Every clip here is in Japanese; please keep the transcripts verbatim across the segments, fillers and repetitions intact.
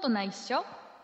ないっしょ。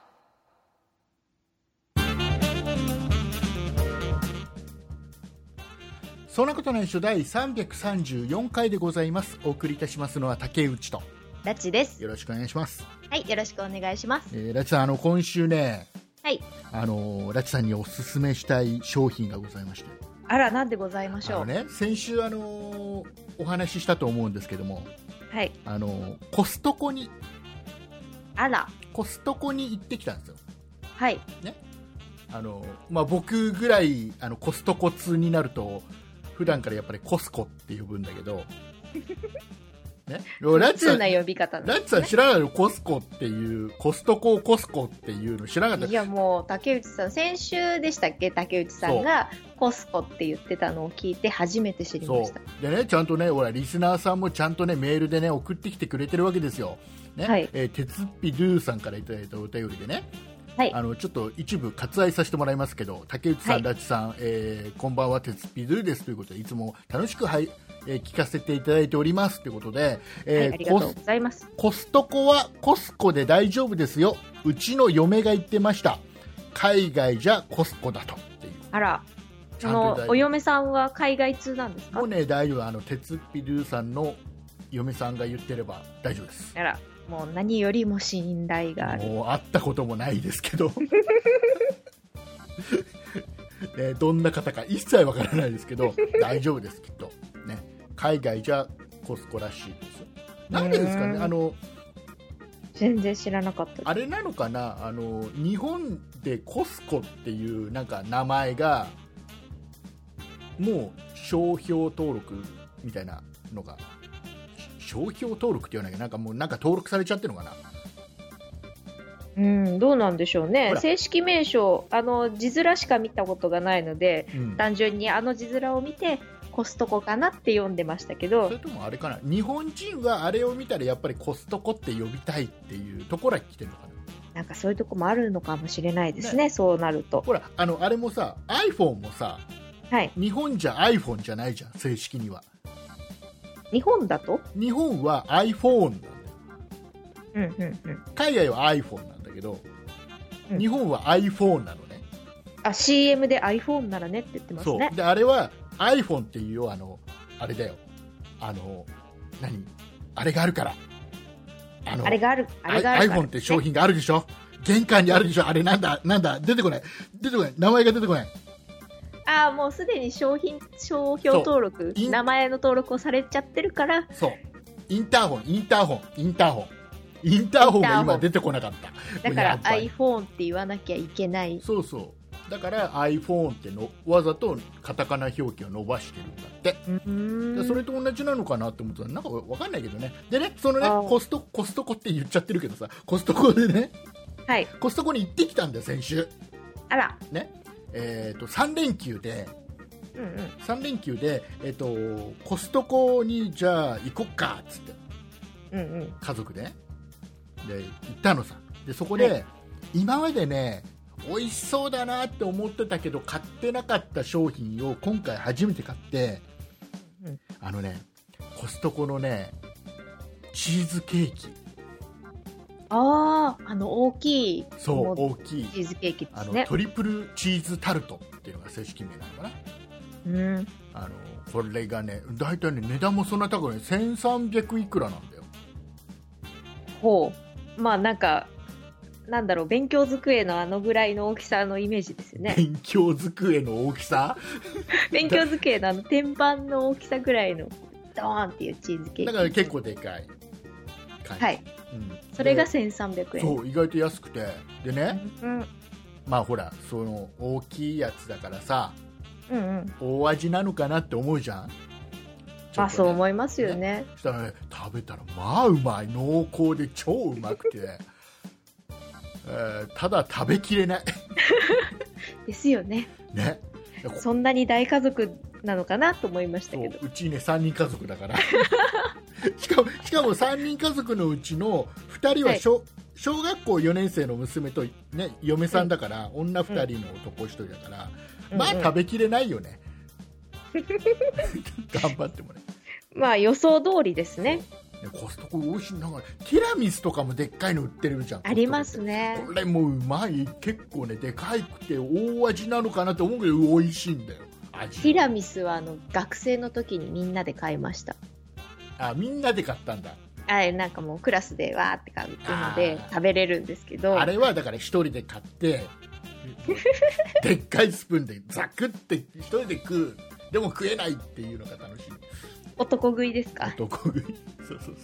そんなことないっしょだいさんびゃくさんじゅうよんかいでございます。お送りいたしますのは竹内とラチです。 よろしくお願いします。 はい、よろしくお願いします。 えー、ラチさん、あの今週ね、 はい、 あのラチさんにおすすめしたい商品がございまして。 あら、なんでございましょう。 あの、ね、先週、あのお話ししたと思うんですけども、 はい、 あのコストコにあらコストコに行ってきたんですよ。 はいね、あのまあ、僕ぐらいあのコストコ通になると普段からやっぱりコスコって呼ぶんだけどね、ラチさん、 普通な呼び方なんですね。 ラチさん知らないの？コスコっていうコストコをコスコっていうの知らなかった？ いや、もう竹内さん、先週でしたっけ、竹内さんがコスコって言ってたのを聞いて初めて知りました。 そうでね、ちゃんとね、ほらリスナーさんもちゃんとねメールでね送ってきてくれてるわけですよ、ね。 はい、 えー、てつっぴドゥさんからいただいたお便りでね、 はい、 あのちょっと一部割愛させてもらいますけど、竹内さん、 はい、 ラチさん、えー、こんばんは、てつっぴドゥですということでいつも楽しく、はい、えー、聞かせていただいておりますということで、えーはい、ありがとうございます。 コストコはコスコで大丈夫ですよ、うちの嫁が言ってました、海外じゃコスコだとっていう。 あら、そのお嫁さんは海外通なんですか？ もうね、大丈夫、あのてつっぴドゥさんの嫁さんが言ってれば大丈夫です。 あら、もう何よりも信頼がある。 もう会ったこともないですけどね、どんな方か一切わからないですけど大丈夫です、きっと、ね、海外じゃコスコらしいですよ。なんでですかね、あの全然知らなかった。 あれなのかな、あの日本でコスコっていうなんか名前がもう商標登録みたいなのが、商標登録って言わなきゃなんかもうなんか登録されちゃってるのかな。 うん、どうなんでしょうね。正式名称、あの字面しか見たことがないので、うん、単純にあの字面を見てコストコかなって読んでましたけど、 それともあれかな、日本人はあれを見たらやっぱりコストコって呼びたいっていうところは来てるのかな。 なんかそういうとこもあるのかもしれないですね、ね、そうなると。 ほら、あのあれもさ、 iPhone もさ、 はい、 日本じゃ iPhone じゃないじゃん、正式には。 日本だと日本は iPhone なんだよ、 うんうんうん、 海外は iPhone なんだけど、うん、日本は iPhone なのね。 あ、 シーエム で iPhone ならねって言ってますね。 そうで、あれは iPhone っていうよ、あのあれだよ、あの何あれがあるから、 あのあれがある、あれがあるから、 iPhone って商品があるでしょ、玄関にあるでしょ、あれなんだなんだ、出てこない出てこない、名前が出てこない。 ああ、もうすでに商品商標登録、名前の登録をされちゃってるから。 そう、インターホンインターホンインターホンインターホンが今出てこなかった。 だから iPhone って言わなきゃいけない。 そうそう、だから iPhone ってのわざとカタカナ表記を伸ばしてるんだって。うーん、それと同じなのかなって思ったらなんか分かんないけどね。でね、そのね、コストコストコって言っちゃってるけどさ、コストコでね、 はい、 コストコに行ってきたんだよ先週。 あら、 ね、えーとさん連休で、うんうん、さん連休で、えーとコストコにじゃあ行こっかっつって、うんうん、家族でで行ったのさ。でそこで、はい、今までね美味しそうだなって思ってたけど買ってなかった商品を今回初めて買って、うん、あのね、コストコのねチーズケーキ、 ああ、あの大きい、 そう大きいチーズケーキですね。 あのトリプルチーズタルトっていうのが正式名なのかな。うん、あのこれがね、だいたいね値段もそんな高くない、せんさんびゃくいくらなんだよ。 ほう、まあなんかなんだろう、勉強机のあのぐらいの大きさのイメージですよね。 勉強机の大きさ勉強机のあの天板の大きさぐらいのドーンっていうチーズケーキだから結構でかい感じ。 はい、うん、それがせんさんびゃくえん。 そう意外と安くて、でね、うん、まあほらその大きいやつだからさ、うんうん、大味なのかなって思うじゃん。 まあ、ね、そう思いますよね。 ね、そしたらね、食べたらまあうまい、濃厚で超うまくてえー、ただ食べきれないですよね。 ね、 そんなに大家族なのかなと思いましたけど、 うちねさんにん家族だからしかもしかもさんにん家族のうちのふたりは小、はい、小学校よねん生の娘と、ね、嫁さんだから、うん、女ふたりの男ひとりだから、うん、まあ食べきれないよね、うんうん、頑張ってもね、 まあ予想通りですね。 コストコ美味しい。なんかティラミスとかもでっかいの売ってるじゃん。 ありますね。 これもうまい。結構ねでかいくて大味なのかなと思うけど美味しいんだよ。味ティラミスはあの学生の時にみんなで買いました。 あ、みんなで買ったんだ。 あれなんかもうクラスでわーって買うっていうので食べれるんですけど、 あれはだから一人で買ってでっかいスプーンでザクって一人で食う。でも食えないっていうのが楽しい。 男食いですか？ 男食い。そうそう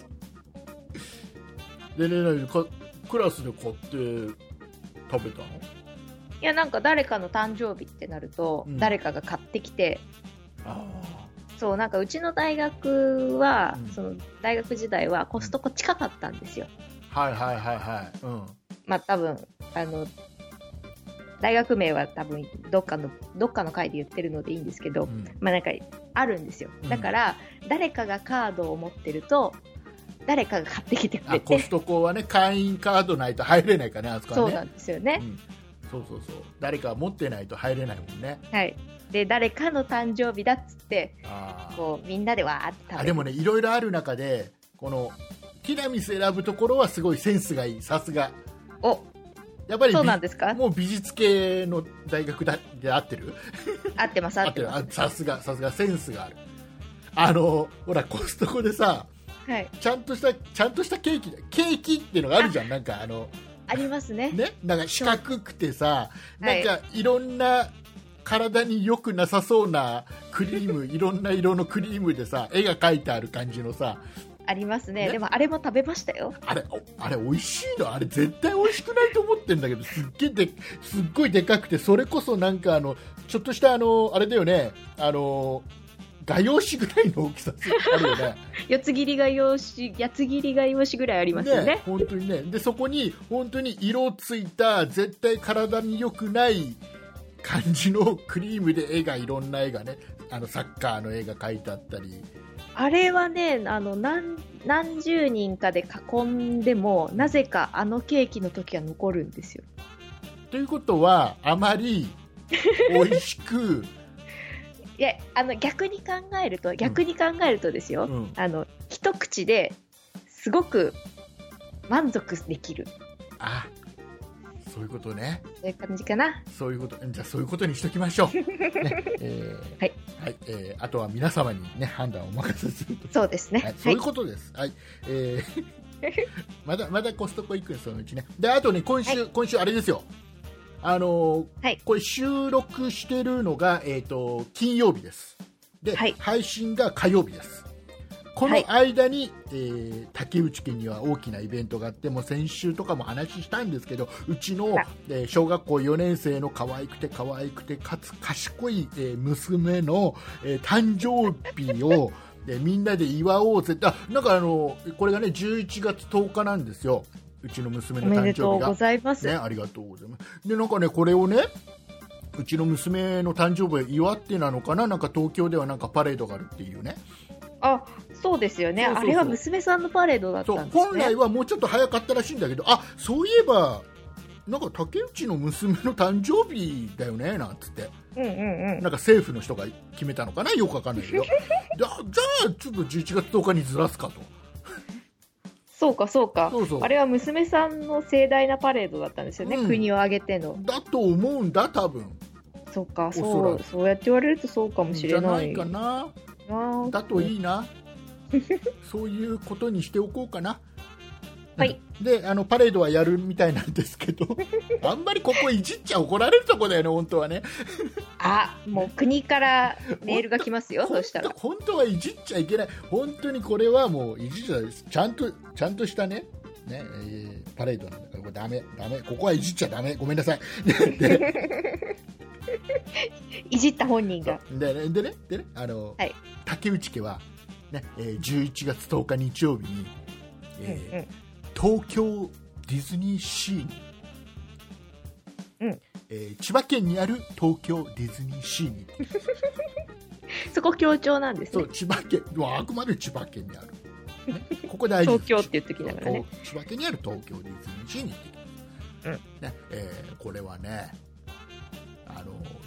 そう。でね、ねかクラスで買って食べたの？ いや、なんか誰かの誕生日ってなると、うん、誰かが買ってきて、 あそう、なんかうちの大学は、 うん、 その大学時代はコストコ近かったんですよ。 はいはいはいはい。うん。 まあ多分あの大学名は多分どっかのどっかの回で言ってるのでいいんですけど、うん、まあなんかあるんですよ。だから、うん、誰かがカードを持ってると誰かが買ってきてくれて。 コストコはね会員カードないと入れないからね、あそこはね。 そうなんですよね。 うん、そうそうそう。誰か持ってないと入れないもんね。 はい。で誰かの誕生日だっつってこうみんなでわーって食べる。 あでもねいろいろある中でこのティラミス選ぶところはすごいセンスがいい。さすが。 お、 やっぱりそうなんですか？ もう美術系の大学だで合ってる？ 合ってます合ってます。 さすがさすがセンスがある。あのほらコストコでさ、 はい、 ちゃんとしたちゃんとしたケーキケーキっていうのがあるじゃん。なんかあのありますね。 ね、なんか四角くてさ、なんかいろんな体に良くなさそうなクリームいろんな色のクリームでさ絵が描いてある感じのさありますね。でもあれも食べましたよ。 あれあれ美味しいの？あれ絶対美味しくないと思ってんだけど、すっげえですっごいでかくて、それこそなんかあのちょっとしたあのあれだよね、あの画用紙ぐらいの大きさあるよね。 四つ切り画用紙、八つ切り画用紙ぐらいありますよね。 ね、本当にね。でそこに本当に色ついた絶対体に良くない感じのクリームで絵がいろんな絵がね、あのサッカーの絵が描いてあったり。 あれはね、あの 何, 何十人かで囲んでもなぜかあのケーキの時は残るんですよ。 ということはあまり美味しくいや、あの逆に考えると逆に考えるとですよ、うん、あの一口ですごく満足できる。 あ、そういうことね。 そういう感じかな。 そういうこと。じゃあそういうことにしときましょう。ね、えー、はい、はいえー、あとは皆様にね判断をお任せすると。 そうですね。 はい、そういうことです。はい。はい、えー、まだまだコストコ行くんそのうちね。であとね今週、はい、今週あれですよ。あのーはい、これ収録してるのがえっ、ー、と金曜日です。で、はい、配信が火曜日です。この間に、はいえー、竹内家には大きなイベントがあって、もう先週とかも話したんですけど、うちの、えー、小学校よねん生の可愛くて可愛くてかつ賢い、えー、娘の、えー、誕生日をでみんなで祝おうぜって。あ、なんかあのこれがねじゅういちがつとおかなんですよ、うちの娘の誕生日が。おめでとうございます、 ね、ありがとうございます。でなんかねこれをねうちの娘の誕生日を祝ってなのかな、なんか東京ではなんかパレードがあるっていうね。 あ、そうですよね。そうそうそう、あれは娘さんのパレードだったんですね。 そう、本来はもうちょっと早かったらしいんだけど、あ、そういえばなんか竹内の娘の誕生日だよねなんつって、 うんうんうん、 なんか政府の人が決めたのかな、よくわかんないけどじゃあちょっとじゅういちがつとおかにずらすかと。 そうかそうか。 そうそう、 あれは娘さんの盛大なパレードだったんですよね、うん、国を挙げての。 だと思うんだ多分。 そうか、そう、そうやって言われるとそうかもしれない。 じゃないかな。だといいな。そういうことにしておこうかな。 はい。 で、あのパレードはやるみたいなんですけど、あんまりここいじっちゃ怒られるとこだよね、本当はね。 あ、もう国からメールが来ますよ。そうしたら。 本当はいじっちゃいけない。本当にこれはもういじっちゃです。ちゃんとちゃんとしたね。ね、えー、パレードなんだからこれダメダメ。ここはいじっちゃダメ。ごめんなさい。でいじった本人が。 でねでねでねあの、はい、竹内家はね、えー、じゅういちがつとおか日曜日に、えーうんうん、東京ディズニーシーに、 うんえー、千葉県にある東京ディズニーシーにそこ強調なんですね。 そう、千葉県、あくまで千葉県にある、ね、ここ大事東京って言ってきながらね、 千葉県にある東京ディズニーシーに行ってきます、うんねえー、これはね、あの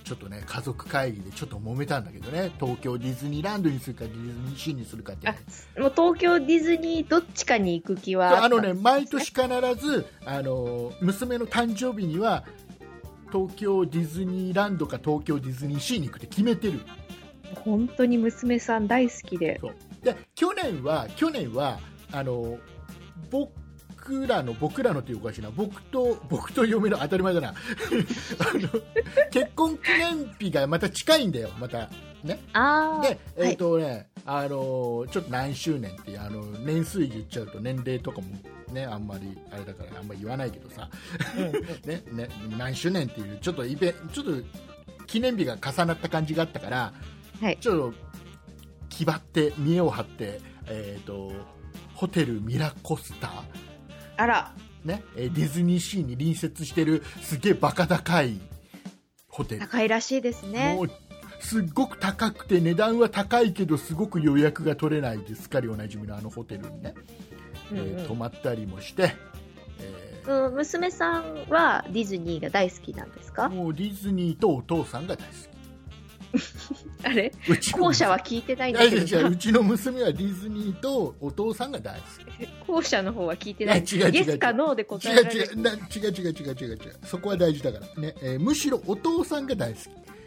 ちょっとね家族会議でちょっと揉めたんだけどね、東京ディズニーランドにするかディズニーシーにするかって、ね、 あもう東京ディズニーどっちかに行く気はあのね毎年必ずあの娘の誕生日には東京ディズニーランドか東京ディズニーシーに行くって決めてる。 本当に娘さん大好きで、 そうで去年は去年はあの僕らの僕らのっていうおかしいな、僕と僕と嫁の当たり前だなあの結婚記念日がまた近いんだよ、またね。 あでえっ、ー、とね、はい、あのちょっと何周年っていうあの年数言っちゃうと年齢とかもねあんまりあれだからあんまり言わないけどさ、うんねね、何周年っていうちょっとイベちょっと記念日が重なった感じがあったから、はい、ちょっと気張って見栄を張って、えー、とホテルミラコスタあら、 ね、ディズニーシーに隣接してるすげえバカ高いホテル、 高いらしいですね。 もうすっごく高くて値段は高いけどすごく予約が取れないですっかりおなじみのあのホテルにね、うんうん、えー、泊まったりもして、 えー、娘さんはディズニーが大好きなんですか？ もうディズニーとお父さんが大好きあれ後者は聞いてないんだけど、 違う違う、うちの娘はディズニーとお父さんが大好き。後者の方は聞いてない。 違う違う違う、 イエスかノーで答えられる。 違う違う違う違う違う違う違う、そこは大事だからね、えー、むしろお父さんが大好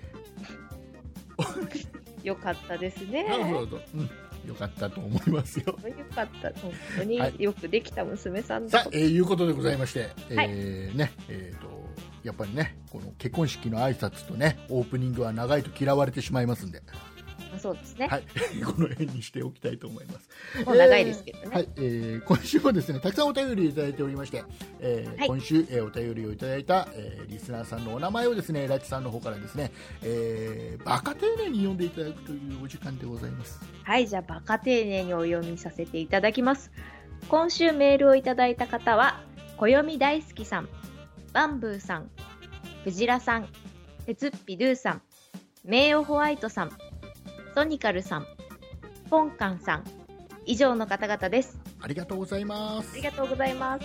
き。よかったですね。 なるほど、うん、よかったと思いますよ。 よかった、本当によくできた娘さんだ、 はい、さあ、えー、いうことでございまして、はい、えー、ね、えーとやっぱりねこの結婚式の挨拶とねオープニングは長いと嫌われてしまいますんで、 そうですね、 はい、この辺にしておきたいと思います。 もう長いですけどね、 えーはいえー、今週もですねたくさんお便りいただいておりまして、えーはい、今週、えー、お便りをいただいた、えー、リスナーさんのお名前をですねラチさんの方からですね、えー、バカ丁寧に読んでいただくというお時間でございます。 はい、じゃあバカ丁寧にお読みさせていただきます。今週メールをいただいた方は暦大好きさん、バンブーさん、クジラさん、テツッピドゥさん、名誉ホワイトさん、ソニカルさん、ポンカンさん、以上の方々です。 ありがとうございます。 ありがとうございます。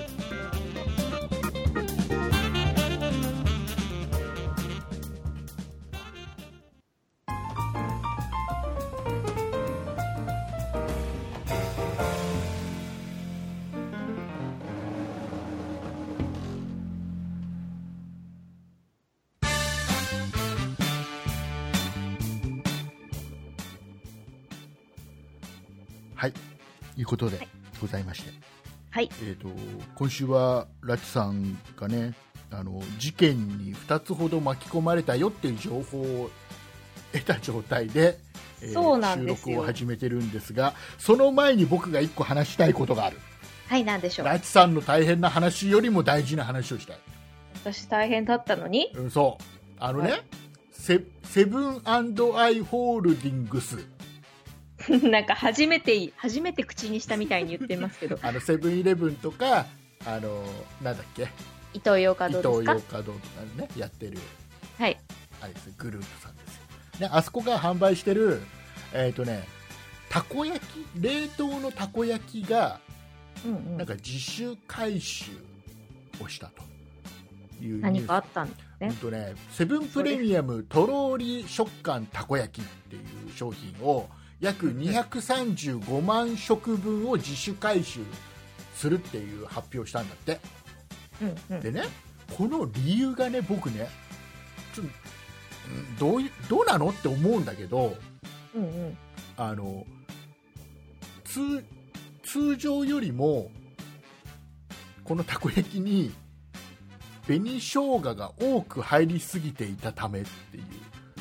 はい、いうことでございまして、 はい、 えーと、今週はラチさんがねあの事件にふたつほど巻き込まれたよっていう情報を得た状態で、えー、 そうなんですよ、 収録を始めてるんですが、その前に僕がいっこ話したいことがある。 はい、なんでしょう。 ラチさんの大変な話よりも大事な話をしたい。 私大変だったのに、 うん、そうあのね、はい、セ, セブン&アイ・ホールディングスなんか初めて初めて口にしたみたいに言ってますけどあのセブンイレブンとかあのなんだっけイトーヨーカドーですか、 イトーヨーカドーとかねやってる、 はいあれですね、グループさんですよ、ね、あそこが販売してるえっ、ー、とねたこ焼き冷凍のたこ焼きが、うんうん、なんか自主回収をしたというニュース。 何かあったんですね。 ほんとね、セブンプレミアムとろーり食感たこ焼きっていう商品を約にひゃくさんじゅうごまんしょくぶんを自主回収するっていう発表をしたんだって、うんうん、でねこの理由がね僕ねちょっとどういどうなのって思うんだけど、うんうん、あの 通, 通常よりもこのたこ焼きに紅生姜が多く入りすぎていたためっていう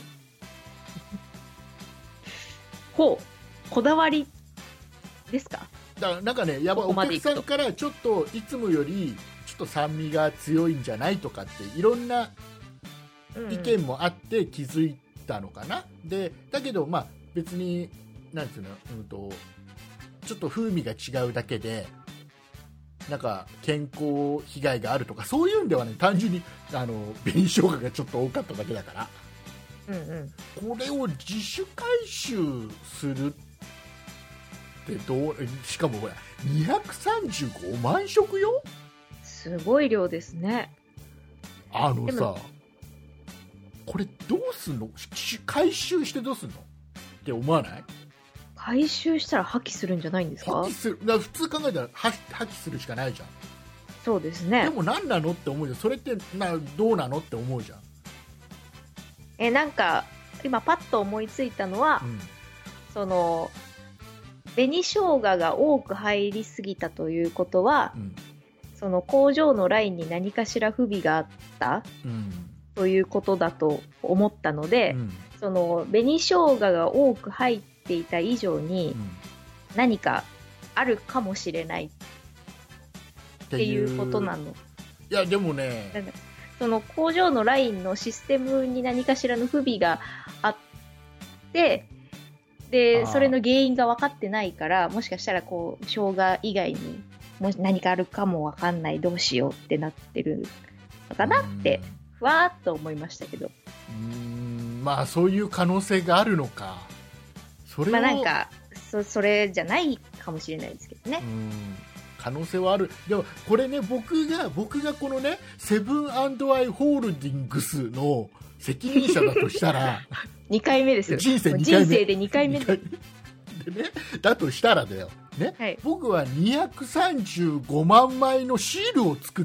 ほう、こだわりですか。 だからなんかねやばいお客さんからちょっといつもよりちょっと酸味が強いんじゃないとかっていろんな意見もあって気づいたのかな、うん、でだけどまあ別になんていうの、うん、とちょっと風味が違うだけでなんか健康被害があるとかそういうんではね単純にあの紅生姜がちょっと多かっただけだから、うんうん、これを自主回収するってどう、しかもこれにひゃくさんじゅうごまんしょくよ。 すごい量ですね。 あのさこれどうすんの、回収してどうすんのって思わない？ 回収したら破棄するんじゃないんですか？ 破棄する、だ普通考えたら破棄するしかないじゃん。 そうですね。 でも何なのって思うじゃん。それってなどうなのって思うじゃん。 えなんか今パッと思いついたのは、うん、その紅生姜が多く入りすぎたということは、うん、その工場のラインに何かしら不備があった、うん、ということだと思ったので、うん、その紅生姜が多く入っていた以上に何かあるかもしれないっていうことなの。 いやでもね、 その工場のラインのシステムに何かしらの不備があって、でそれの原因が分かってないから、もしかしたらこう生姜以外にもし何かあるかも分かんない、どうしようってなってるのかなってふわーっと思いましたけど。うーん、まあそういう可能性があるのか。それまあなんか そ, それじゃないかもしれないですけどね。 うん、可能性はある。でもこれね、僕が僕がこのねセブン&アイ・ホールディングスの責任者だとしたらにかいめですよ。 人生にかいめ、 人生でにかいめでね、だとしたらだよ、ね、はい、僕はにひゃくさんじゅうごまんまいのシールを作って、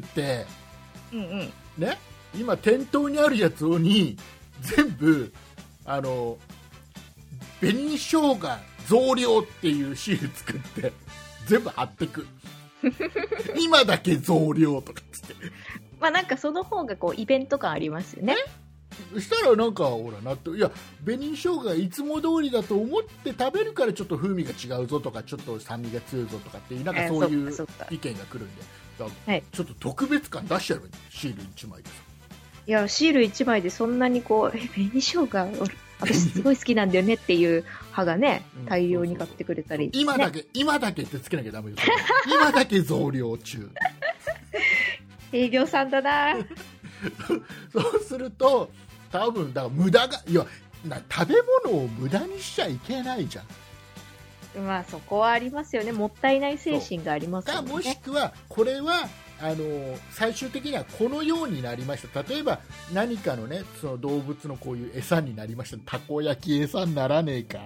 うんうんね、今店頭にあるやつに全部あの紅生姜増量っていうシール作って全部貼ってく今だけ増量とかっつってまあなんかその方がこうイベント感ありますよね。 そしたらなんかほらなって、いや紅生姜がいつも通りだと思って食べるからちょっと風味が違うぞとかちょっと酸味が強いぞとかっていうなんかそういう意見が来るんで、はい、ちょっと特別感出しちゃうシールいちまいでさ。 いやシールいちまいでそんなにこうえ紅生姜私すごい好きなんだよねっていう歯がね大量に買ってくれたり、ね、 そうそうそう今だけ今だけってつけなきゃダメですよ今だけ増量中営業さんだなそうすると多分だから無駄がいやな食べ物を無駄にしちゃいけないじゃん。 まあそこはありますよね。もったいない精神がありますよね。 もしくはこれはあの最終的にはこのようになりました。例えば何かのねその動物のこういう餌になりました。たこ焼き餌にならねえか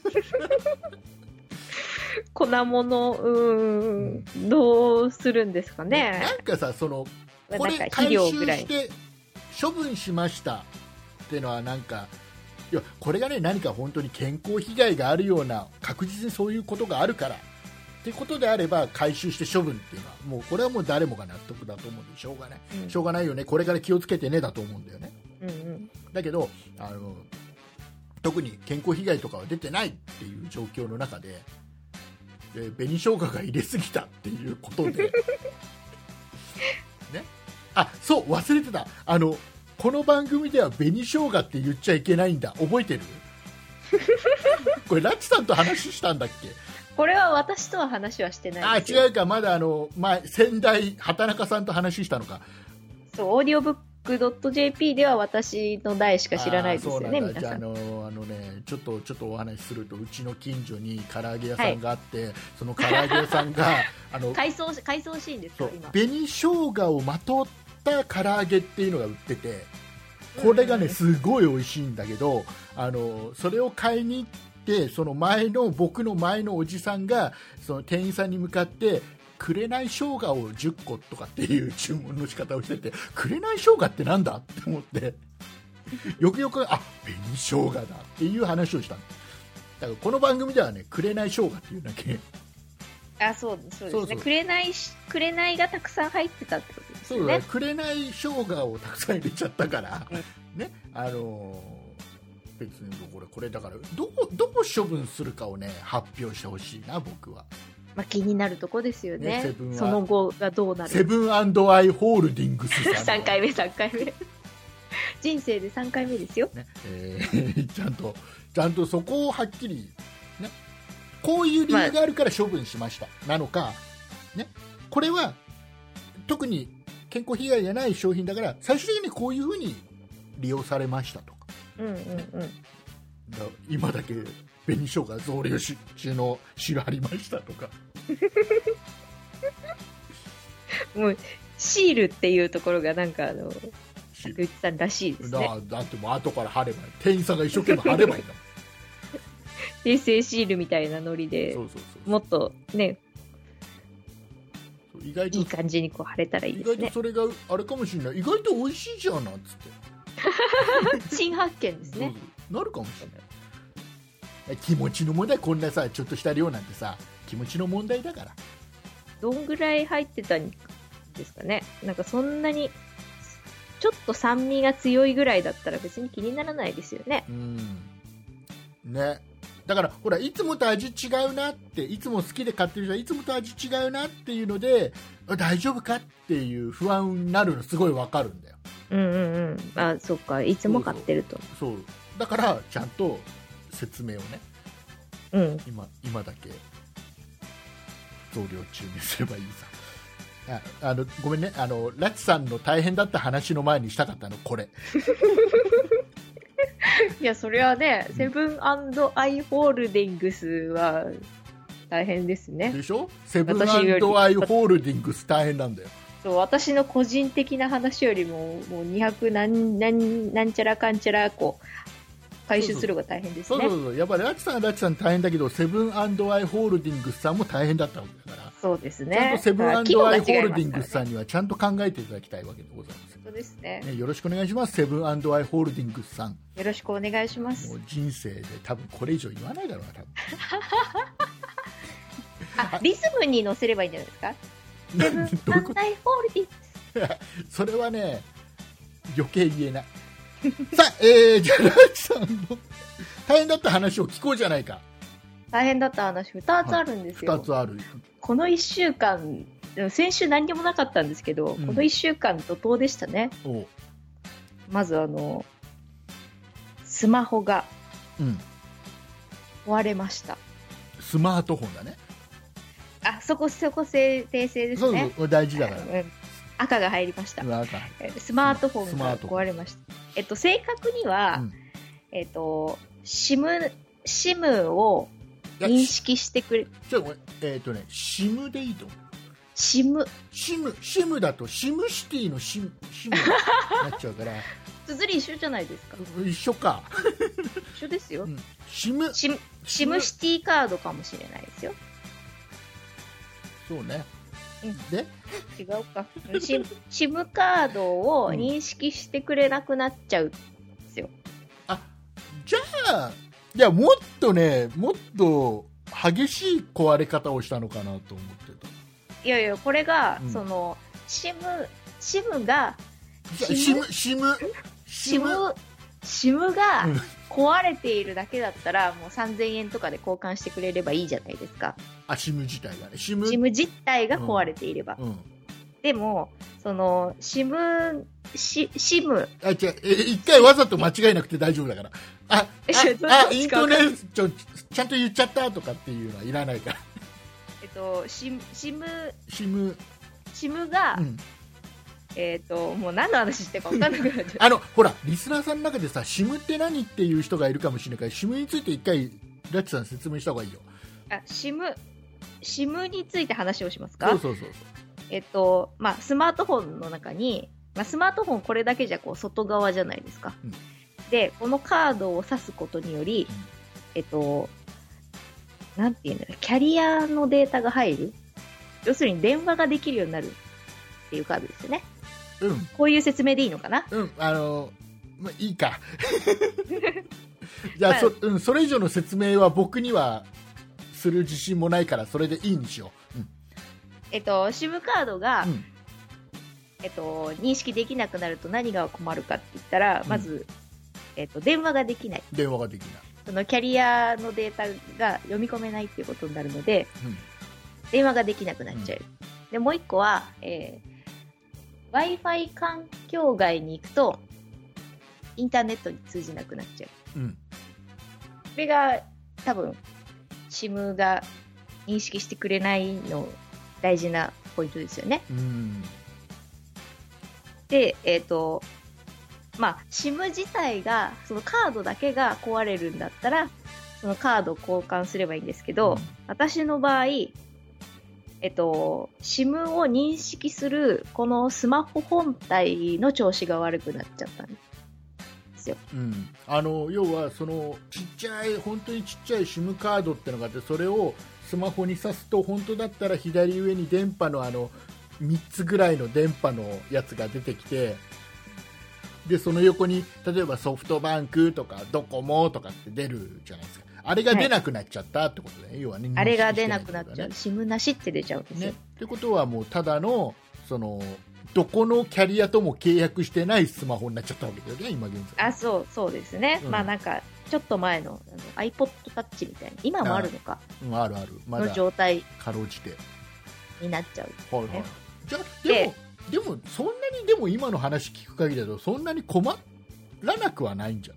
粉物うーんどうするんですかね。 なんかさそのこれ回収して処分しましたっていうのはなんかいやこれがね何か本当に健康被害があるような確実にそういうことがあるからっていうことであれば回収して処分っていうのはもうこれはもう誰もが納得だと思うんでしょうがない、うん、しょうがないよねこれから気をつけてねだと思うんだよね、うんうん、だけどあの特に健康被害とかは出てないっていう状況の中でで紅生姜が入れすぎたっていうことでね、あそう忘れてたあのこの番組では紅生姜って言っちゃいけないんだ覚えてるこれラッチさんと話したんだっけ。 これは私とは話はしてないですよ。あ違うかまだあの前先代畑中さんと話したのか。 そうオーディオブックドットジェーピー では私の代しか知らないですよね。皆さんじゃあ、あのあのねちょっとちょっとお話しするとうちの近所に唐揚げ屋さんがあって、はい、その唐揚げ屋さんがあの改装改装シーンですよ今。 紅生姜をまとった唐揚げっていうのが売っててこれがねすごい美味しいんだけどあのそれを買いに行ってその前の僕の前のおじさんがその店員さんに向かって紅生姜をじゅっことかっていう注文の仕方をしてて紅生姜ってなんだって思ってよくよくあ紅生姜だっていう話をしたの。だからこの番組ではね紅生姜っていうだけあそうそうですね。紅紅がたくさん入ってたってことですね。そうだね。 紅生姜をたくさん入れちゃったから、ね、あのー、別にこれこれだからどうどう処分するかをね発表してほしいな僕は。 まあ気になるとこですよね。ねその後がどうなる。 セブン&アイ・ホールディングスさん。 さんかいめさんかいめ。人生でさんかいめですよ。 ねえー、ちゃんとちゃんとそこをはっきりね。こういう理由があるから処分しました、まあ、なのか、ね、これは特に健康被害じゃない商品だから最終的にこういうふうに利用されましたとか、うんうんうん、だ今だけ紅生姜増量中の汁ありましたとかもうシールっていうところがなんかあの言ってたらしいですね。 だ, だってもう後から貼ればいい、店員さんが一生懸命貼ればいいんだもん訂正シールみたいなノリで、そうそうそうそう、もっとね、意外といい感じにこう貼れたらいいですね。 意外とそれがあれかもしれない、意外と美味しいじゃんなんつって新発見ですね。 なるかもしれない。気持ちの問題、こんなさちょっとした量なんてさ気持ちの問題だから。 どんぐらい入ってたんですかね。なんかそんなにちょっと酸味が強いぐらいだったら別に気にならないですよね。 うんね、だからほらいつもと味違うなって、いつも好きで買ってる人はいつもと味違うなっていうので大丈夫かっていう不安になるのすごいわかるんだよ。 うんうんうん。あ、そっか、いつも買ってると。 そうそう、そうだからちゃんと説明をね、うん、今今だけ増量中にすればいいさ。ああのごめんね、あのラチさんの大変だった話の前にしたかったのこれいやそれはね、セブン&アイ・ホールディングスは大変ですね。 でしょ。セブン&アイ・ホールディングス大変なんだよ。 そう、私の個人的な話よりももうにひゃく何何なんちゃらかんちゃらこう回収するのが大変ですね。 そうそうそう、やっぱりラチさんはラチさん大変だけど、セブン&アイ・ホールディングスさんも大変だったわけだから。 そうですね。 ちゃんとセブン&アイ・ホールディングスさんにはちゃんと考えていただきたいわけでございます。 そうですね。 ね、よろしくお願いします。セブン&アイ・ホールディングスさん。 よろしくお願いします。 もう人生で多分これ以上言わないだろうな、多分。 あ、リズムに乗せればいいんじゃないですか。セブン&アイ・ホールディングス。それはね、余計言えない。さあ、えー、じゃあラチさんの大変だった話を聞こうじゃないか。 大変だった話ふたつあるんですよ。 ふたつある。 このいっしゅうかん、先週何にもなかったんですけど、うん、このいっしゅうかん怒涛でしたね。まずあのスマホが壊れました、 うん、スマートフォンだね。 あ、そこそこ訂正ですね。 そうそう、大事だから。 赤が入りました。スマートフォンが壊れました。えっと正確には、うん、えっと SIM SIM を認識してくれ。 ちょっとえっとね SIM でいいと思う。 SIM SIM SIM だと SIM シティの SIM SIM になっちゃうから。 綴り一緒じゃないですか。 一緒か。 一緒ですよ。うん、 SIM SIM SIM シティカードかもしれないですよ。 そうね。 うん、で違うか。SIM, SIM カードを認識してくれなくなっちゃうんですよ。 あ、じゃあいやもっとね、もっと激しい壊れ方をしたのかなと思ってた。 いやいや、これが、うん、その SIM SIM が SIM SIM SIM SIM が壊れているだけだったらもうさんぜんえんとかで交換してくれればいいじゃないですか。 あ、SIM 自体がね。SIM, SIM 自体が壊れていれば。うんうん、でもその SIM SIM あ、違う、え一回わざと間違えなくて大丈夫だから。あ、あ、あイントネーションちゃんと言っちゃったとかっていうのはいらないから。 えっと SIM SIM SIM SIM が、うん、えっともう何の話してるか分かんなくなっちゃう。 あのほらリスナーさんの中でさ SIM って何っていう人がいるかもしれないから SIM について一回ラッチさん説明した方がいいよ。 あ、SIM SIM について話をしますか。 そうそうそうそう。 えっとまあスマートフォンの中に、まあ、スマートフォンこれだけじゃこう外側じゃないですか。うん、でこのカードを挿すことにより、うん、えっとなんていうんだろう、キャリアのデータが入る、要するに電話ができるようになるっていうカードですよね。うん。こういう説明でいいのかな。 うん、あのまあいいか。じゃあ、まあ、そ, うん、それ以上の説明は僕にはする自信もないからそれでいいにしよう。うん、 えっと SIM カードが、うん、えっと認識できなくなると何が困るかって言ったら、まず、うん、えっと電話ができない。 電話ができない。 そのキャリアのデータが読み込めないっていうことになるので、うん、電話ができなくなっちゃう。うん、でもう一個は、えー、Wi-Fi 環境外に行くとインターネットに通じなくなっちゃう。うん、それが多分 SIM が認識してくれないの大事なポイントですよね。うん、で、えっとまあ、SIM 自体がそのカードだけが壊れるんだったらそのカードを交換すればいいんですけど、うん、私の場合えっと、SIM を認識するこのスマホ本体の調子が悪くなっちゃったんですよ。 うん、あの要はそのちっちゃい本当にちっちゃい SIM カードってのがあって、それをスマホに挿すと本当だったら左上に電波のあのみっつぐらいの電波のやつが出てきて、でその横に例えばソフトバンクとかドコモとかって出るじゃないですか。あれが出なくなっちゃったってことで、ね、要はね、 あれが出なくなっちゃう、SIM なしって出ちゃうんですよ。ね、 ってことはもうただのそのどこのキャリアとも契約してないスマホになっちゃったわけだよね、今現在。 あ、そうそうですね。うん、まあなんかちょっと前のあの iPod Touch みたいな、今もあるのか。 うん、あるある。まだの状態かろうじてになっちゃう、ね。はいはい。 じゃあでもでもそんなにでも今の話聞く限りだとそんなに困らなくはないんじゃない？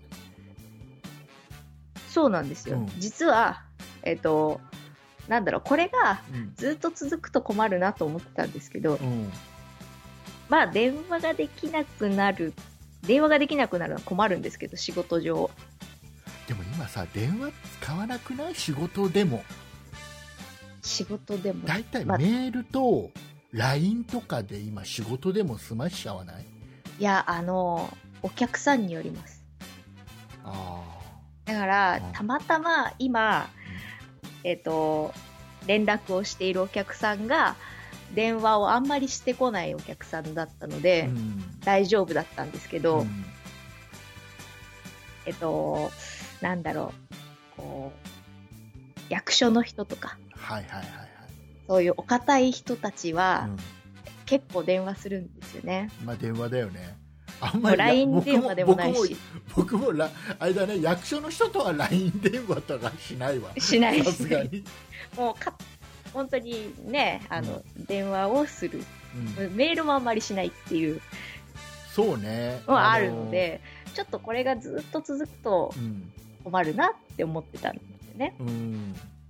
そうなんですよ。うん、実は、えっと、なんだろう、これがずっと続くと困るなと思ってたんですけど、うん、まあ、電話ができなくなる、電話ができなくなるのは困るんですけど、仕事上。 でも今さ、電話使わなくない？仕事でも。 仕事でも。 だいたいメールと ライン とかで今、仕事でも済ましちゃわない？ いや、あの、お客さんによります。 ああ。 だからたまたま今、えっと、連絡をしているお客さんが電話をあんまりしてこないお客さんだったので、うん、大丈夫だったんですけど、うん、えっとなんだろう、こう役所の人とか、 はいはいはいはい、 そういうお堅い人たちは、うん、結構電話するんですよね。 まあ電話だよね。あんまりライン 電話でもないし、 僕も、僕もラあれだね、役所の人とは ライン 電話とかしないわ。 しないさすがに。 もうか本当にね、あの、うん、電話をする、うん、メールもあんまりしないっていうそうねのはあるので、あのー、ちょっとこれがずっと続くと困るなって思ってたんですよね。うん、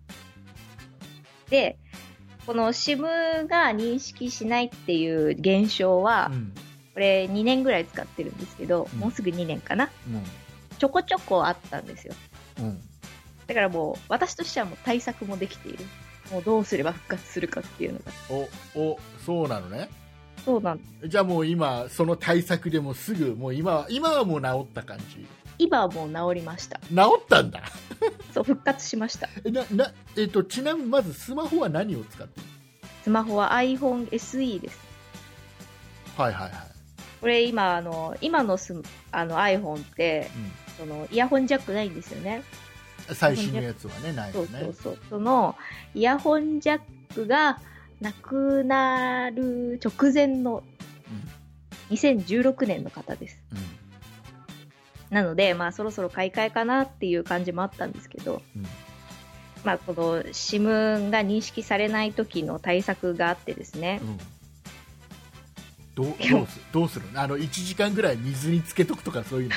で、この SIM が認識しないっていう現象は、うん、これにねんぐらい使ってるんですけど、うん、もうすぐにねんかな、うん、ちょこちょこあったんですよ、うん、だからもう私としてはもう対策もできている。もうどうすれば復活するかっていうのが。 おお、そうなのね。 そうなんです。 じゃあもう今その対策でもすぐもう今は今はもう治った感じ。 今はもう治りました。 治ったんだ。 そう、復活しました。 えななえっとちなみにまずスマホは何を使ってる？ スマホは iPhone エスイー です。 はいはいはい。 これ今あの今のスあの iPhone って、うん、そのイヤホンジャックないんですよね。 最新のやつはね、ないよね。 そうそうそう。そのイヤホンジャックがなくなる直前のにせんじゅうろくねんの方です。うん、なので、まあそろそろ買い替えかなっていう感じもあったんですけど、うん、まあこの SIM が認識されない時の対策があってですね。うん、 どう、どうする？どうする？あのいちじかんぐらい水につけとくとかそういうの。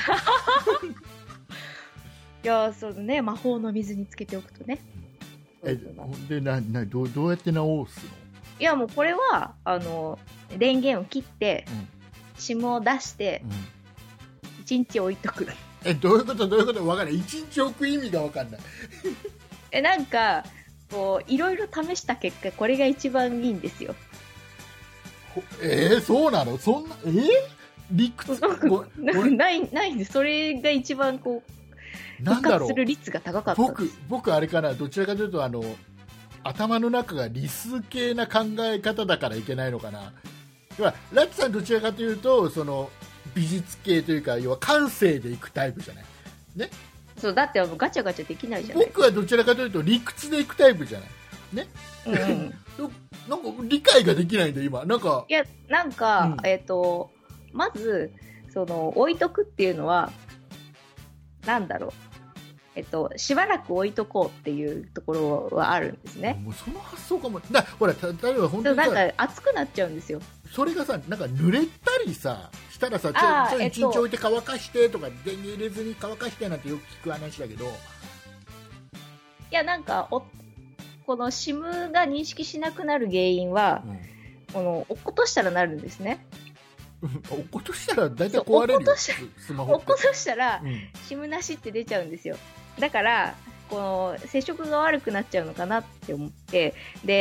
いやそうね、魔法の水につけておくとね。 えでなな ど, どうやって直すの？ いやもうこれはあの電源を切って、うん、SIM を出して、うん、いちにち置いとく。 えどういうことどういうこと分からない。いちにち置く意味が分かんない。 えなんかこういろいろ試した結果これが一番いいんですよ。 えー、そうなの？そんなえー、理屈ないないんで、それが一番こう復活する率が高かった。 僕僕あれかな、どちらかというとあの頭の中が理数系な考え方だからいけないのかな。要はラッチさんどちらかというとその美術系というか要は感性でいくタイプじゃないね。 そうだってガチャガチャできないじゃない。 僕はどちらかというと理屈でいくタイプじゃないね。うん、なんか理解ができないんだ今。なんかいやなんか、うん、えっ、ー、とまずその置いとくっていうのはなんだろう。えっと、しばらく置いとこうっていうところはあるんですね。 もうその発想かも。だほら、例えば本当になんか熱くなっちゃうんですよ。 それがさ、なんか濡れたりさしたらさ、ちょっと一日置いて乾かしてとか、電源入れずに乾かしてなんてよく聞く話だけど。いや、なんかおこの SIM が認識しなくなる原因は、うん、この落っことしたらなるんですね。 落っことしたら大体壊れるよ。スマホ落っことしたら、うん、SIM なしって出ちゃうんですよ。だからこの接触が悪くなっちゃうのかなって思って、で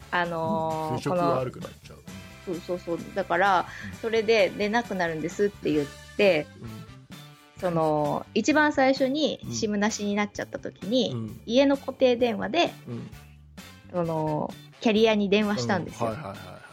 あのー、 接触が悪くなっちゃう。 そうそうそう。だから、それで出なくなるんですって言って、うん、その、一番最初に SIM なしになっちゃった時に、うん、家の固定電話で、うん、その、キャリアに電話したんですよ。はいはいはいはい、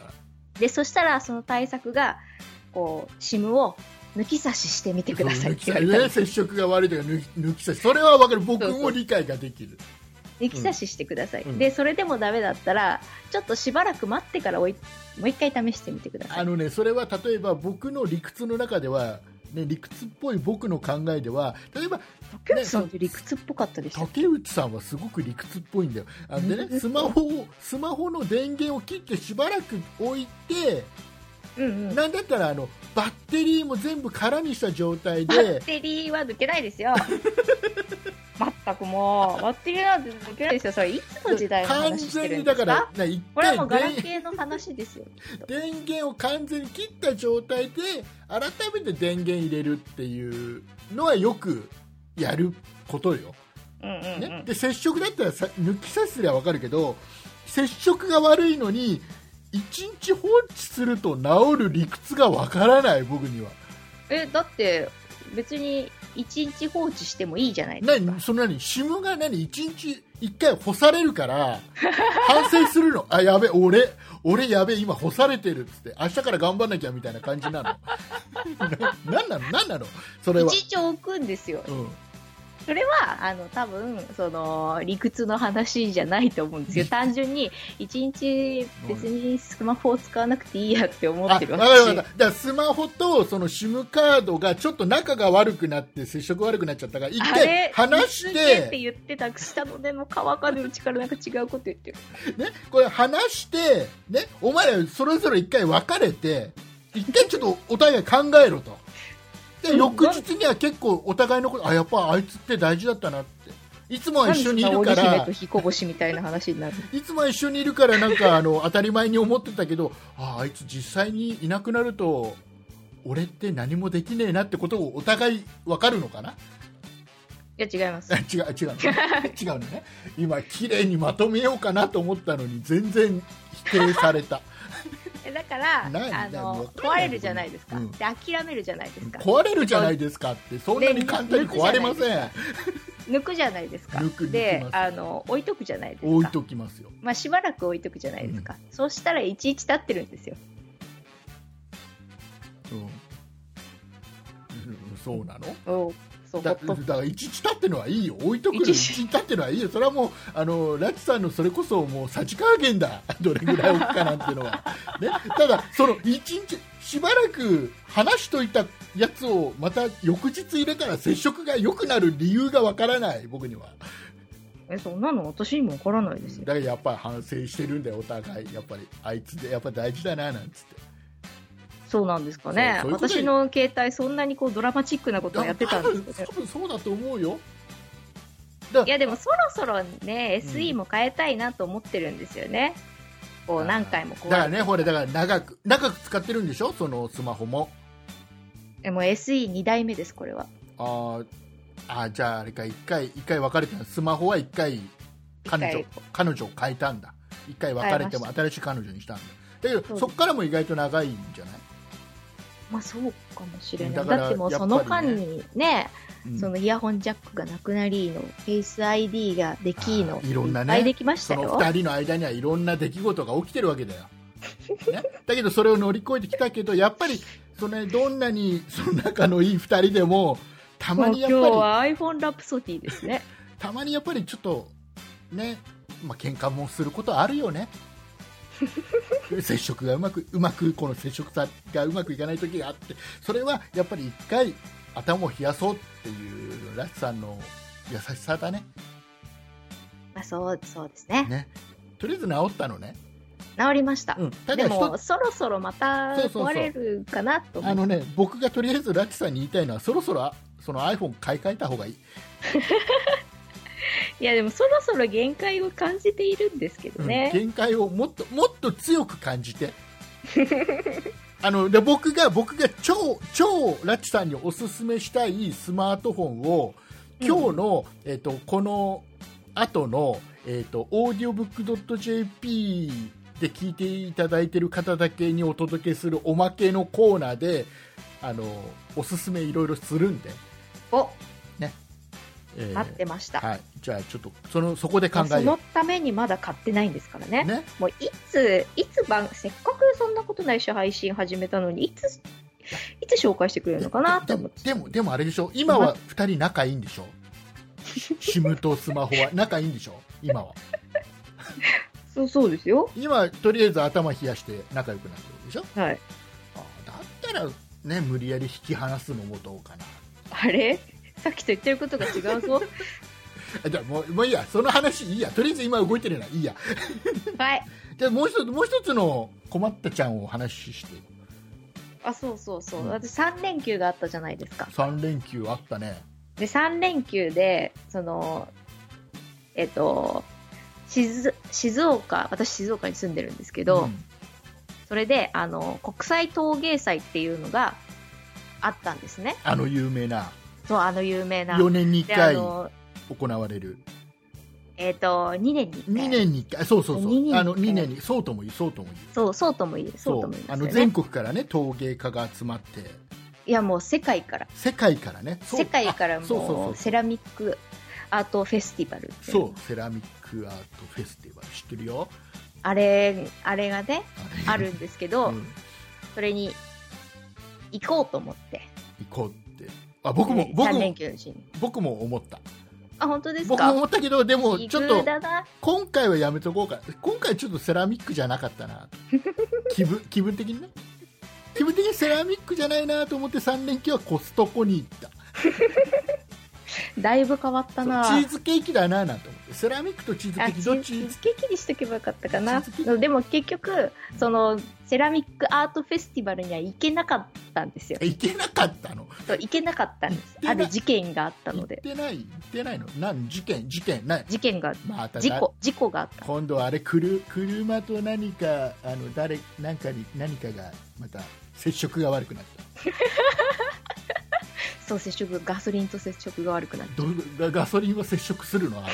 で、そしたらその対策が、こう、SIM を抜き差ししてみてくださいって言われたんです。 接触が悪いとか抜き、抜き差し。それは分かる。僕も理解ができる。そうそう抜き差ししてください、うん、でそれでもダメだったらちょっとしばらく待ってからおいもう一回試してみてください。 あのね、それは例えば僕の理屈の中では、ね、理屈っぽい僕の考えでは、例えば竹内さんって理屈っぽかったでしょ。 竹内さんはすごく理屈っぽいんだよ。あでね、スマホをスマホの電源を切ってしばらく置いて、うんうん、なんだったらあのバッテリーも全部空にした状態で。 バッテリーは抜けないですよ全くもうバッテリーなんて抜けないですよ。それいつの時代の話してるんですか。完全にだから一これはもうガラケーの話ですよ電源を完全に切った状態で改めて電源入れるっていうのはよくやることよ、うんうんうんね、で接触だったらさ抜き差しすれば分かるけど、接触が悪いのにいちにち放置すると治る理屈が分からない僕には。 えだって別にいちにち放置してもいいじゃないですか。 何その何 SIM が何いちにちいっかい干されるから反省するのあやべ俺俺やべ今干されてるっつって明日から頑張んなきゃみたいな感じなのな何なの何なのそれは。 いちにち置くんですよ、うん、それはあの多分その理屈の話じゃないと思うんですよ。単純にいちにち別にスマホを使わなくていいやって思ってるわけ。 あ、分かった分かった。だからスマホとその SIM カードがちょっと仲が悪くなって接触悪くなっちゃったから一回離してって言ってた下の根の乾かぬうちからなんか違うこと言ってるね、これ離してね、お前らそれぞれ一回別れて一回ちょっとお互い考えろと。で翌日には結構お互いのことあやっぱあいつって大事だったなって。いつもは一緒にいるからと彦星みたいな話になるいつもは一緒にいるからなんかあの当たり前に思ってたけど あ, あいつ実際にいなくなると俺って何もできねえなってことをお互い分かるのかな。 いや違います違う違う、ね、違うのね。今綺麗にまとめようかなと思ったのに全然否定されただからあの壊れるじゃないですか、うん、で諦めるじゃないですか。 壊れるじゃないですかってそんなに簡単に壊れません。 抜くじゃないですか。 抜くであの置いとくじゃないですか。 置いときますよ、 まあ、しばらく置いとくじゃないですか、うん、そうしたらいちいち経ってるんですよ、 うんうん、そうなの。そうだ, だからいちいち経ってるのはいいよ。置いとくのいちいち経ってるのはいいよ。それはもうあのラチさんのそれこそもうさじ加減だどれぐらい置くかなんていうのは、ね、ただそのいちにちしばらく離しといたやつをまた翌日入れたら接触が良くなる理由がわからない僕には。 えそんなの私にもわからないですよ。 だからやっぱり反省してるんだよお互い。やっぱりあいつでやっぱ大事だななんつって。 そうなんですかね。そうそういう私の携帯そんなにこうドラマチックなことをやってたんですかね。 多分そうだと思うよ。 いやでもそろそろね エスイー も変えたいなと思ってるんですよね、うん、こう何回もこうだからねほれだから長く長く使ってるんでしょそのスマホも。 えもう エスイーに 代目ですこれは。 ああじゃああれかいっかいいっかい別れてスマホはいっかい彼女彼女を変えたんだ。いっかい別れても新しい彼女にしたんだ。だけどそっからも意外と長いんじゃない。 まあそうかもしれない。だ, だってもうその間にね、うん、そのイヤホンジャックがなくなりのフェイス アイディー ができのいろんなね、 いっぱいできましたよ。 そのふたりの間にはいろんな出来事が起きてるわけだよ、ね、だけどそれを乗り越えてきたけどやっぱりその、ね、どんなにその仲のいいふたりでもたまにやっぱり今日は iPhone ラプソディですねたまにやっぱりちょっとね、まあ喧嘩もすることあるよね接触がうまくうまくこの接触さがうまくいかない時があってそれはやっぱり一回頭を冷やそうっていうラチさんの優しさだね。 まあそうそうですね。 ねとりあえず治ったのね。 治りました、うん、ただでもそろそろまた壊れるかなと思う。 あのね僕がとりあえずラチさんに言いたいのはそろそろその iPhone 買い替えた方がいいいやでもそろそろ限界を感じているんですけどね、 うん、限界をもっともっと強く感じてあので僕が僕が超超ラチさんにおすすめしたいスマートフォンを今日の、うんえー、とこの後の、えー、とオーディオブック .jp で聞いていただいている方だけにお届けするおまけのコーナーであのおすすめいろいろするんで、 お、 ね、えー、 待ってました。 はい、じゃあちょっとそのそこで考えよう。 そのためにまだ買ってないんですからね。 ね、 もういついつ番せっかくそんなことないし配信始めたのにいついつ紹介してくれるのかなと思って。 でもでもあれでしょ、今はふたり仲いいんでしょ。シムとスマホは仲いいんでしょ今は。 そうそうですよ。 今とりあえず頭冷やして仲良くなってるでしょ。 はい。 あ、だったらね、無理やり引き離すのもどうかな。 あれ、さっきと言ってることが違うぞ。 じゃあもう、もういいや、その話いいや、とりあえず今動いてるのはいいや。 はい。 じゃあもう一つもう一つの困ったちゃんをお話しして。 あ、そうそうそう、 うん、 私さん連休があったじゃないですか。 さん連休あったね。 でさん連休でそのえっと静静岡、私静岡に住んでるんですけど、うん、それであの国際陶芸祭っていうのがあったんですね。 あの有名な、 そう、あの有名なよねんにいっかい行われる、 えっとにねんにいっかい、 にねんにいっかい、そうそうそう、あのにねんに、そうとも言う、そうとも言う、 そうそうとも言う、そうとも言う、 あの全国からね陶芸家が集まって、 いやもう世界から世界からね、 世界からもうセラミックアートフェスティバル、 そうセラミックアートフェスティバル知ってるよ。 あれあれがね あ, あるんですけど、うん、それに行こうと思って行こうって、あ、僕も、僕もさん連休のうちに僕も思った。 あ、本当ですか。 僕も思ったけど、でもちょっと今回はやめとこうか。今回ちょっとセラミックじゃなかったな気分気分的にね、気分的にセラミックじゃないなと思ってさん連休はコストコに行っただいぶ変わったな。 チーズケーキだななんて思って、セラミックとチーズケーキどっち。 チーズケーキにしとけばよかったかな。でも結局そのセラミックアートフェスティバルには行けなかったんですよ。 行けなかったの。 そう、行けなかったんです。ある事件があったので。 行ってない、行ってないの。なん事件事件ない。 事件が、また事故事故があった。 今度はあれくる車と何かあの誰なんかに何かがまた接触が悪くなった。 そう、接触、ガソリンと接触が悪くなっちゃう。ガソリンは接触するの？ガ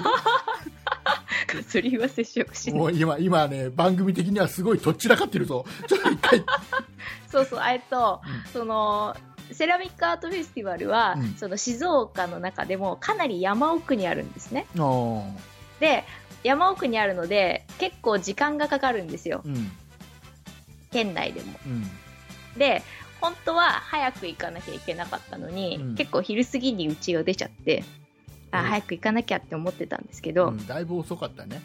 ソリンは接触しない。 もう今今ね、番組的にはすごいとっちらかってるぞ。ちょっと一回。 そうそう、えっと、うん、そのセラミックアートフェスティバルは、うん、その静岡の中でもかなり山奥にあるんですね。で、山奥にあるので結構時間がかかるんですよ。うん、県内でも。うん、で。本当は早く行かなきゃいけなかったのに、うん、結構昼過ぎに家を出ちゃって、あ、うん、早く行かなきゃって思ってたんですけど、うん、 だいぶ遅かったね。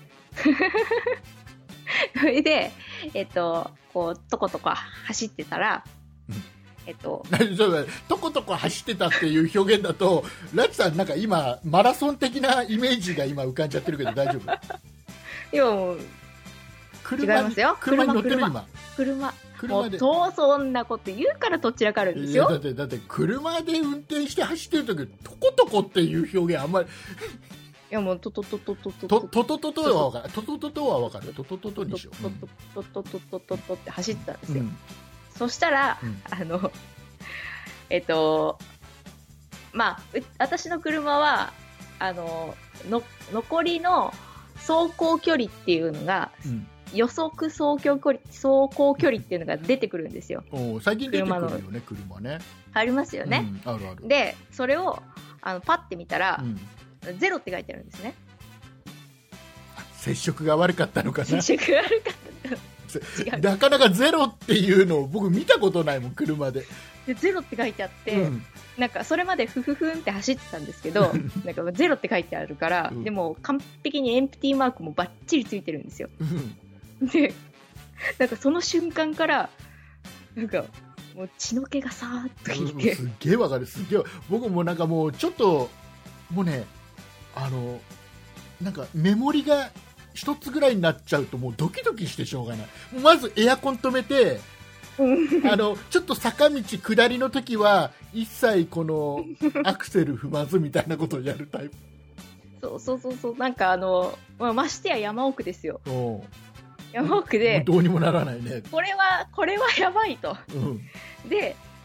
それで、えっと、こうとことこ走ってたら、うん、えっととことこ走ってたっていう表現だとラチさんなんか今マラソン的なイメージが今浮かんじゃってるけど大丈夫？ いやもう違いますよ。 車に乗ってる今。 車車でもうそんなこと言うからどちらかるんですよ。 いやだってだって車で運転して走ってる時とことこっていう表現あんまりいやもうトトトトトトトトトトトは分かる。トトトトは分かる。トトトトにしよう。 トトトトトトトって走ってたんですよ。そしたらあのえっとまあ私の車はあのの残りの走行距離っていうのが、予測走行距離、走行距離っていうのが出てくるんですよ。 お最近出てくるよね、車ね。 ありますよね。 うん、あるある。 で、それをあのパッて見たら、うん、ゼロって書いてあるんですね。 接触が悪かったのかな。 接触が悪かった。 なかなかゼロっていうのを僕見たことないもん、車で。 でゼロって書いてあって、うん、なんかそれまでフフフンって走ってたんですけどなんかゼロって書いてあるから、うん、でも完璧にエンプティーマークもバッチリついてるんですよ。でなんかその瞬間からなんかもう血の気がさーっと引いて、 すっげえわかる。すっげえ僕もなんかもうちょっともうね、あのなんかメモリが一つぐらいになっちゃうともうドキドキしてしょうがない。まずエアコン止めてあのちょっと坂道下りの時は一切このアクセル踏まずみたいなことをやるタイプ。 そうそうそうそう、なんかあの、まあ、ましてや山奥ですよ。山奥でどうにもならないね。 これはこれはやばいと、うん、で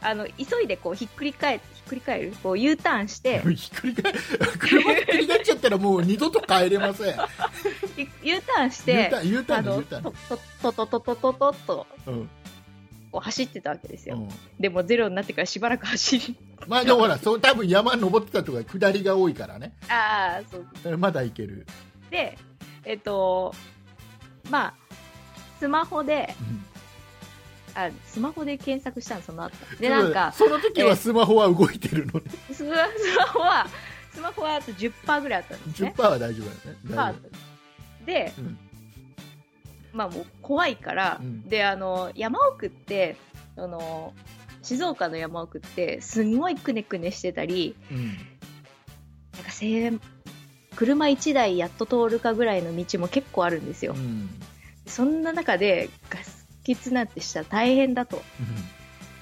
あの急いでこうひっくり返ひっくり返るこう U ターンしてひっくり返車ひっくり返っちゃったらもう二度と帰れません。 U ターンして U ターン U ターンあの U ターンとととととととと、 うん、 こう走ってたわけですよ、 うん、 でもゼロになってからしばらく走りまあでもほらそう多分山登ってたとか下りが多いからね。 ああそうまだいける。 でえっとまあスマホで、うんあスマホで検索したのその後でなんかその時はスマホは動いてるのね。 スマホはスマホはあと じゅっパーセント ぐらいあったんですね。 じゅっパーセント は大丈夫だよね。大丈夫で、うん、まあもう怖いから、うん、であの山奥ってあの静岡の山奥ってすごいくねくねしてたり、うん、なんかせ車いちだいやっと通るかぐらいの道も結構あるんですよ、うん、そんな中でガス欠なんてしたら大変だと、うん、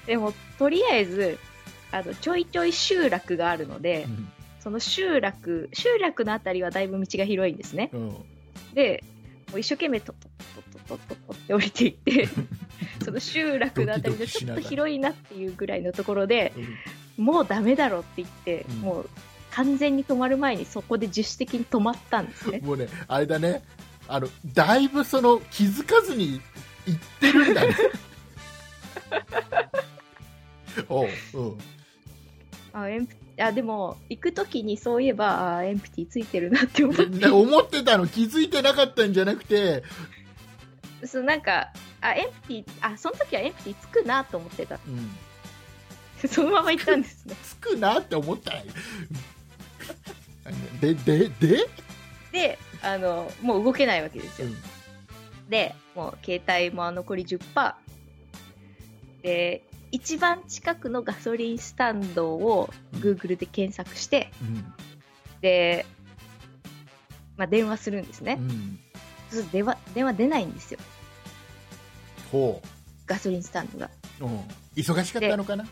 でもとりあえずあのちょいちょい集落があるので、うん、その集落集落のあたりはだいぶ道が広いんですね、うん、でもう一生懸命トトトトトトって降りていってその集落のあたりでちょっと広いなっていうぐらいのところで、うん、もうダメだろって言って、うん、もう完全に止まる前にそこで自主的に止まったんですね。 もうねあれだねあのだいぶその気づかずに行ってるんだねおう、うん、 あエンプあでも行くときにそういえばあエンプティついてるなって思って思ってたの気づいてなかったんじゃなくてそうなんかあエンプティあその時はエンプティつくなと思ってた、うん、そのまま行ったんですね。 つくなって思ったでででであのもう動けないわけですよ、うんでもう携帯も残り じゅっパーセント で一番近くのガソリンスタンドを Google で検索して、うん、で、まあ、電話するんですね、うん、そうすると電話、電話出ないんですよ。 ほうガソリンスタンドが、 うん、忙しかったのかな。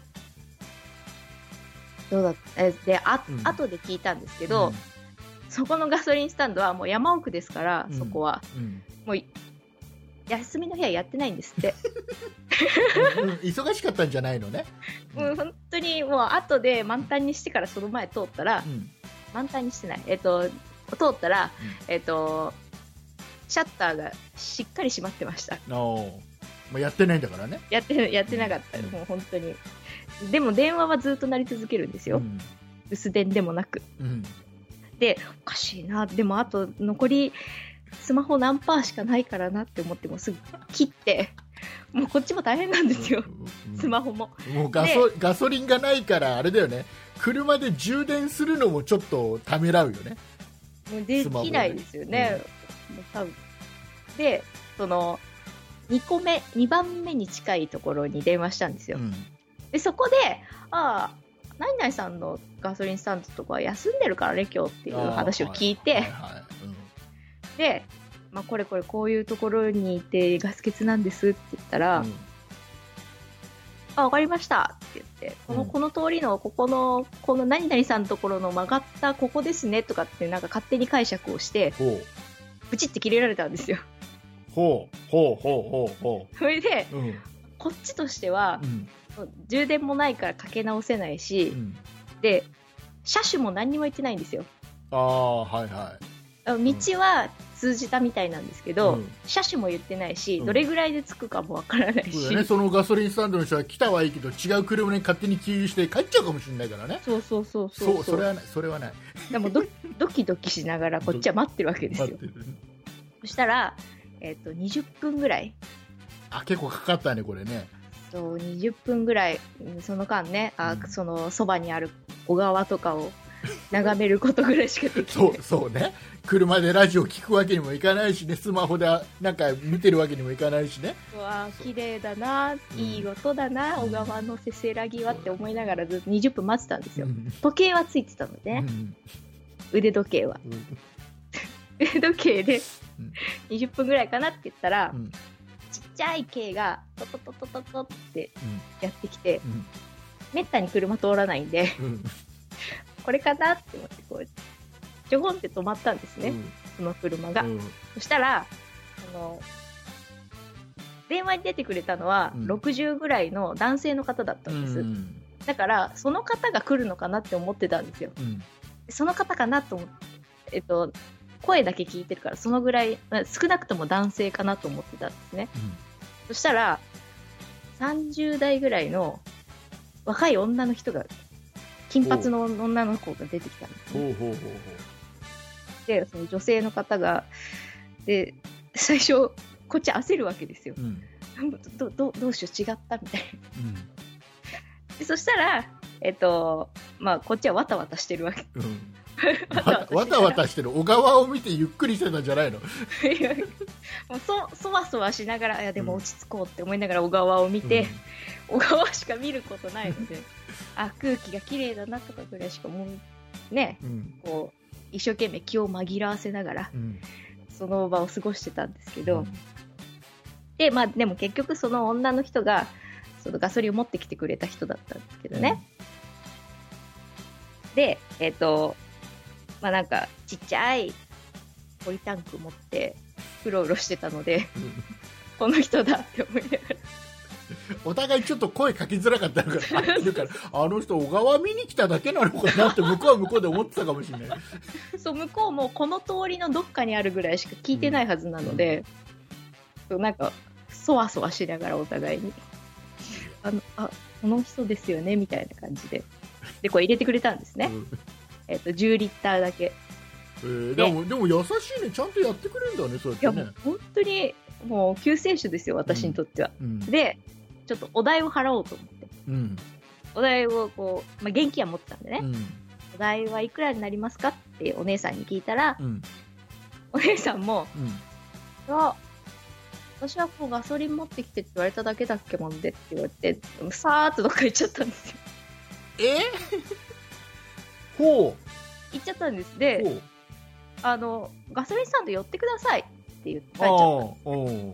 どうだえであ、うん、後で聞いたんですけど、うん、そこのガソリンスタンドはもう山奥ですから、うん、そこは、うん、もう休みの日はやってないんですってうん、忙しかったんじゃないのね、 うん、本当にもう後で満タンにしてからその前通ったら、うん、満タンにしてない、えっと、通ったら、うん、えっと、シャッターがしっかり閉まってました。 おまあ、やってないんだからね。 やってやってなかった、うん、もう本当に。でも電話はずっと鳴り続けるんですよ、うん、留守電でもなく、うん、でおかしいな、でもあと残りスマホ何パーしかないからなって思ってもすぐ切ってもうこっちも大変なんですよ、うんうん、スマホももうガソ、ガソリンがないからあれだよね、車で充電するのもちょっとためらうよね。 もうできないですよね、うん、もう多分でそのにこめにばんめに近いところに電話したんですよ、うん、でそこでああ何々さんのガソリンスタンドとかは休んでるからね今日っていう話を聞いて、はいはいはいうん、で、まあ、これこれこういうところにいてガス欠なんですって言ったら、うん、あ分かりましたって言ってこの、うん、この通りのここのこの何々さんのところの曲がったここですねとかってなんか勝手に解釈をしてブチって切れられたんですよ。 ほうほうほうほうほうそれで、うん、こっちとしては、うん、充電もないからかけ直せないし、うん、で車種も何にも言ってないんですよ。 ああはいはい。 道は通じたみたいなんですけど、うん、車種も言ってないし、うん、どれぐらいで着くかもわからないし、 そうだね、そのガソリンスタンドの人は来たはいいけど違う車に勝手に給油して帰っちゃうかもしれないからね。 そうそうそうそうそうそれはないそれはない。 でも ド, ドキドキしながらこっちは待ってるわけですよ。そしたら、えー、とにじゅっぷんぐらいあ結構かかったねこれね。 そうにじゅっぷんぐらいその間ねあ、うん、そのそばにある小川とかを眺めることぐらいしかできない。 そうそうね車でラジオ聞くわけにもいかないしねスマホでなんか見てるわけにもいかないしね。 うわ綺麗だな、いい音だな、うん、小川のせせらぎはって思いながらずっとにじゅっぷん待ってたんですよ、うん、時計はついてたので、ねうん、腕時計は、うん、腕時計でにじゅっぷんぐらいかなって言ったら、うん、ちっちゃい軽がトトトトトトってやってきて、うん、めったに車通らないんで、うん、これかなって思ってこうちょこんって止まったんですね、うん、その車が、うん、そしたらあの電話に出てくれたのはろくじゅうぐらいの男性の方だったんです、うん、だからその方が来るのかなって思ってたんですよ、うん、その方かなと思って、えっと、声だけ聞いてるからそのぐらい少なくとも男性かなと思ってたんですね、うん、そしたらさんじゅう代ぐらいの若い女の人が金髪の女の子が出てきたんですね。ほうほうほうほう。で、その女性の方がで最初こっち焦るわけですよ、うん、ど, ど, どうしよう違ったみたいな、うん、でそしたら、えっとまあ、こっちはわたわたしてるわけ、うん、 わたわたしてる小川を見てゆっくりしてたんじゃないのいやもう そ, そわそわしながらいやでも落ち着こうって思いながら小川を見て、うん、小川しか見ることないのであ空気が綺麗だなとかぐらいしかもうね、うん、こう一生懸命気を紛らわせながら、うん、その場を過ごしてたんですけど、うん、で, まあ、でも結局その女の人がそのガソリンを持ってきてくれた人だったんですけどね、うん、でえっ、ー、とまあなんかちっちゃいポリタンク持ってうろうろしてたので、うん、この人だって思いながらお互いちょっと声かけづらかったのかなだからあの人小川見に来ただけなのかなって向こうは向こうで思ってたかもしれないそう向こうもこの通りのどっかにあるぐらいしか聞いてないはずなので、うん、なんかそわそわしながらお互いにあのあこの人ですよねみたいな感じででこれ入れてくれたんですね、うんえー、とじゅうリッターだけ、 えー、で, で, もでも優しいねちゃんとやってくれるんだねそうやってね。 いやもう本当にもう救世主ですよ私にとっては、うん、でちょっとお代を払おうと思って、うん、お代をこう、まあ、現金は持ってたんでね、うん、お代はいくらになりますかってお姉さんに聞いたら、うん、お姉さんも、うん、いや私はこうガソリン持ってきてって言われただけだっけもんでって言われてさーっとどっか行っちゃったんですよ。 えほう行っちゃったんです。であのガソリンスタンド寄ってくださいって言って帰っちゃったんです。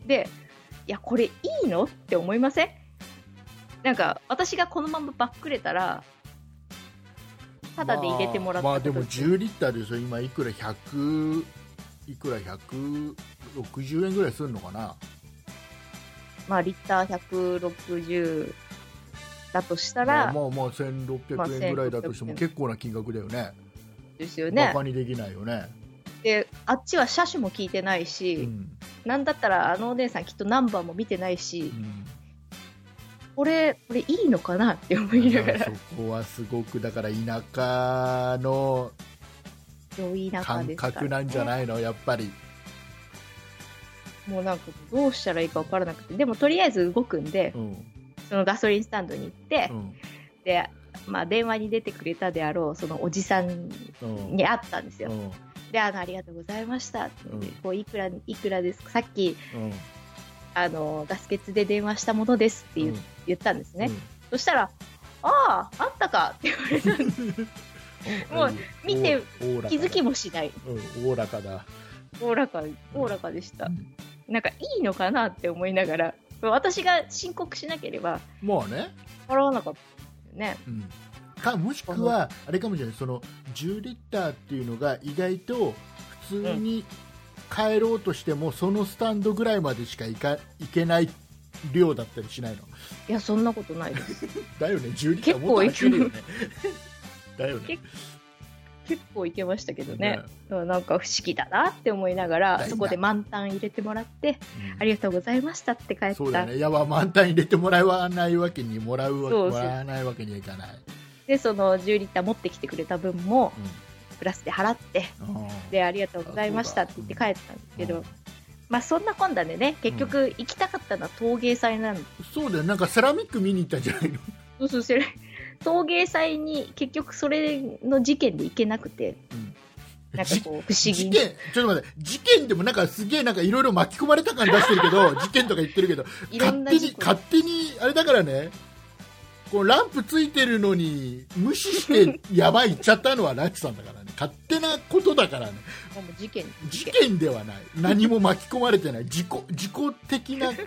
でいやこれいいのって思いません？なんか私がこのままバックれたらタダで入れてもらった、 まあ、まあでもじゅうリッターですよ今いくらひゃくいくらひゃくろくじゅうえんぐらいするのかな。 まあリッターひゃくろくじゅうだとしたら、 まあまあせんろっぴゃくえんぐらいだとしても結構な金額だよね。 ですよね。 バカにできないよね。 であっちは車種も聞いてないし、うん、なんだったらあのお姉さんきっとナンバーも見てないし、うん、これこれいいのかなって思いながらそこはすごくだから田舎の感覚なんじゃないのやっぱり。 もうなんかどうしたらいいか分からなくてでもとりあえず動くんで、うん、そのガソリンスタンドに行って、うん、でまあ、電話に出てくれたであろうそのおじさんに会ったんですよ、うん、であのありがとうございましたって、うん、こういくらいくらですかさっき、うん、あのガス欠で電話したものですって言、うん、言ったんですね、うん、そしたらあああったかって言われたんですもう見て気づきもしない、 うん、おおらかだおおらかおおらかでした、うん、なんかいいのかなって思いながら私が申告しなければもうね払わなかったね、うん、 かもしくはあれかもしれないそのじゅうリッターっていうのが意外と普通に帰ろうとしても、うん、そのスタンドぐらいまでしか行か行けない量だったりしないの？ いやそんなことないですだよねじゅうリッターもっと走るよねだよね結構いけましたけどね、ねなんか不思議だなって思いながらそこで満タン入れてもらって、うん、ありがとうございましたって帰った。 そうだね。いや満タン入れてもらわないわけにもらうわもらわないわけにはいかない。 でそのじゅうリッター持ってきてくれた分も、うん、プラスで払ってでありがとうございましたって言って帰ったんですけど、うん、まあそんなこんだでね結局行きたかったのは陶芸祭なんです、 うん、そうだよ。なんかセラミック見に行ったんじゃないの？ そうそうセラ陶芸祭に結局それの事件で行けなくて、うん、なんかこう不思議事件ちょっと待って事件でもなんかすげえなんかいろいろ巻き込まれた感出してるけど事件とか言ってるけど勝手に勝手にあれだからねこうランプついてるのに無視してやばい言っちゃったのはラッチさんだからね勝手なことだからね。 もう事件事件ではない何も巻き込まれてない自己自己的な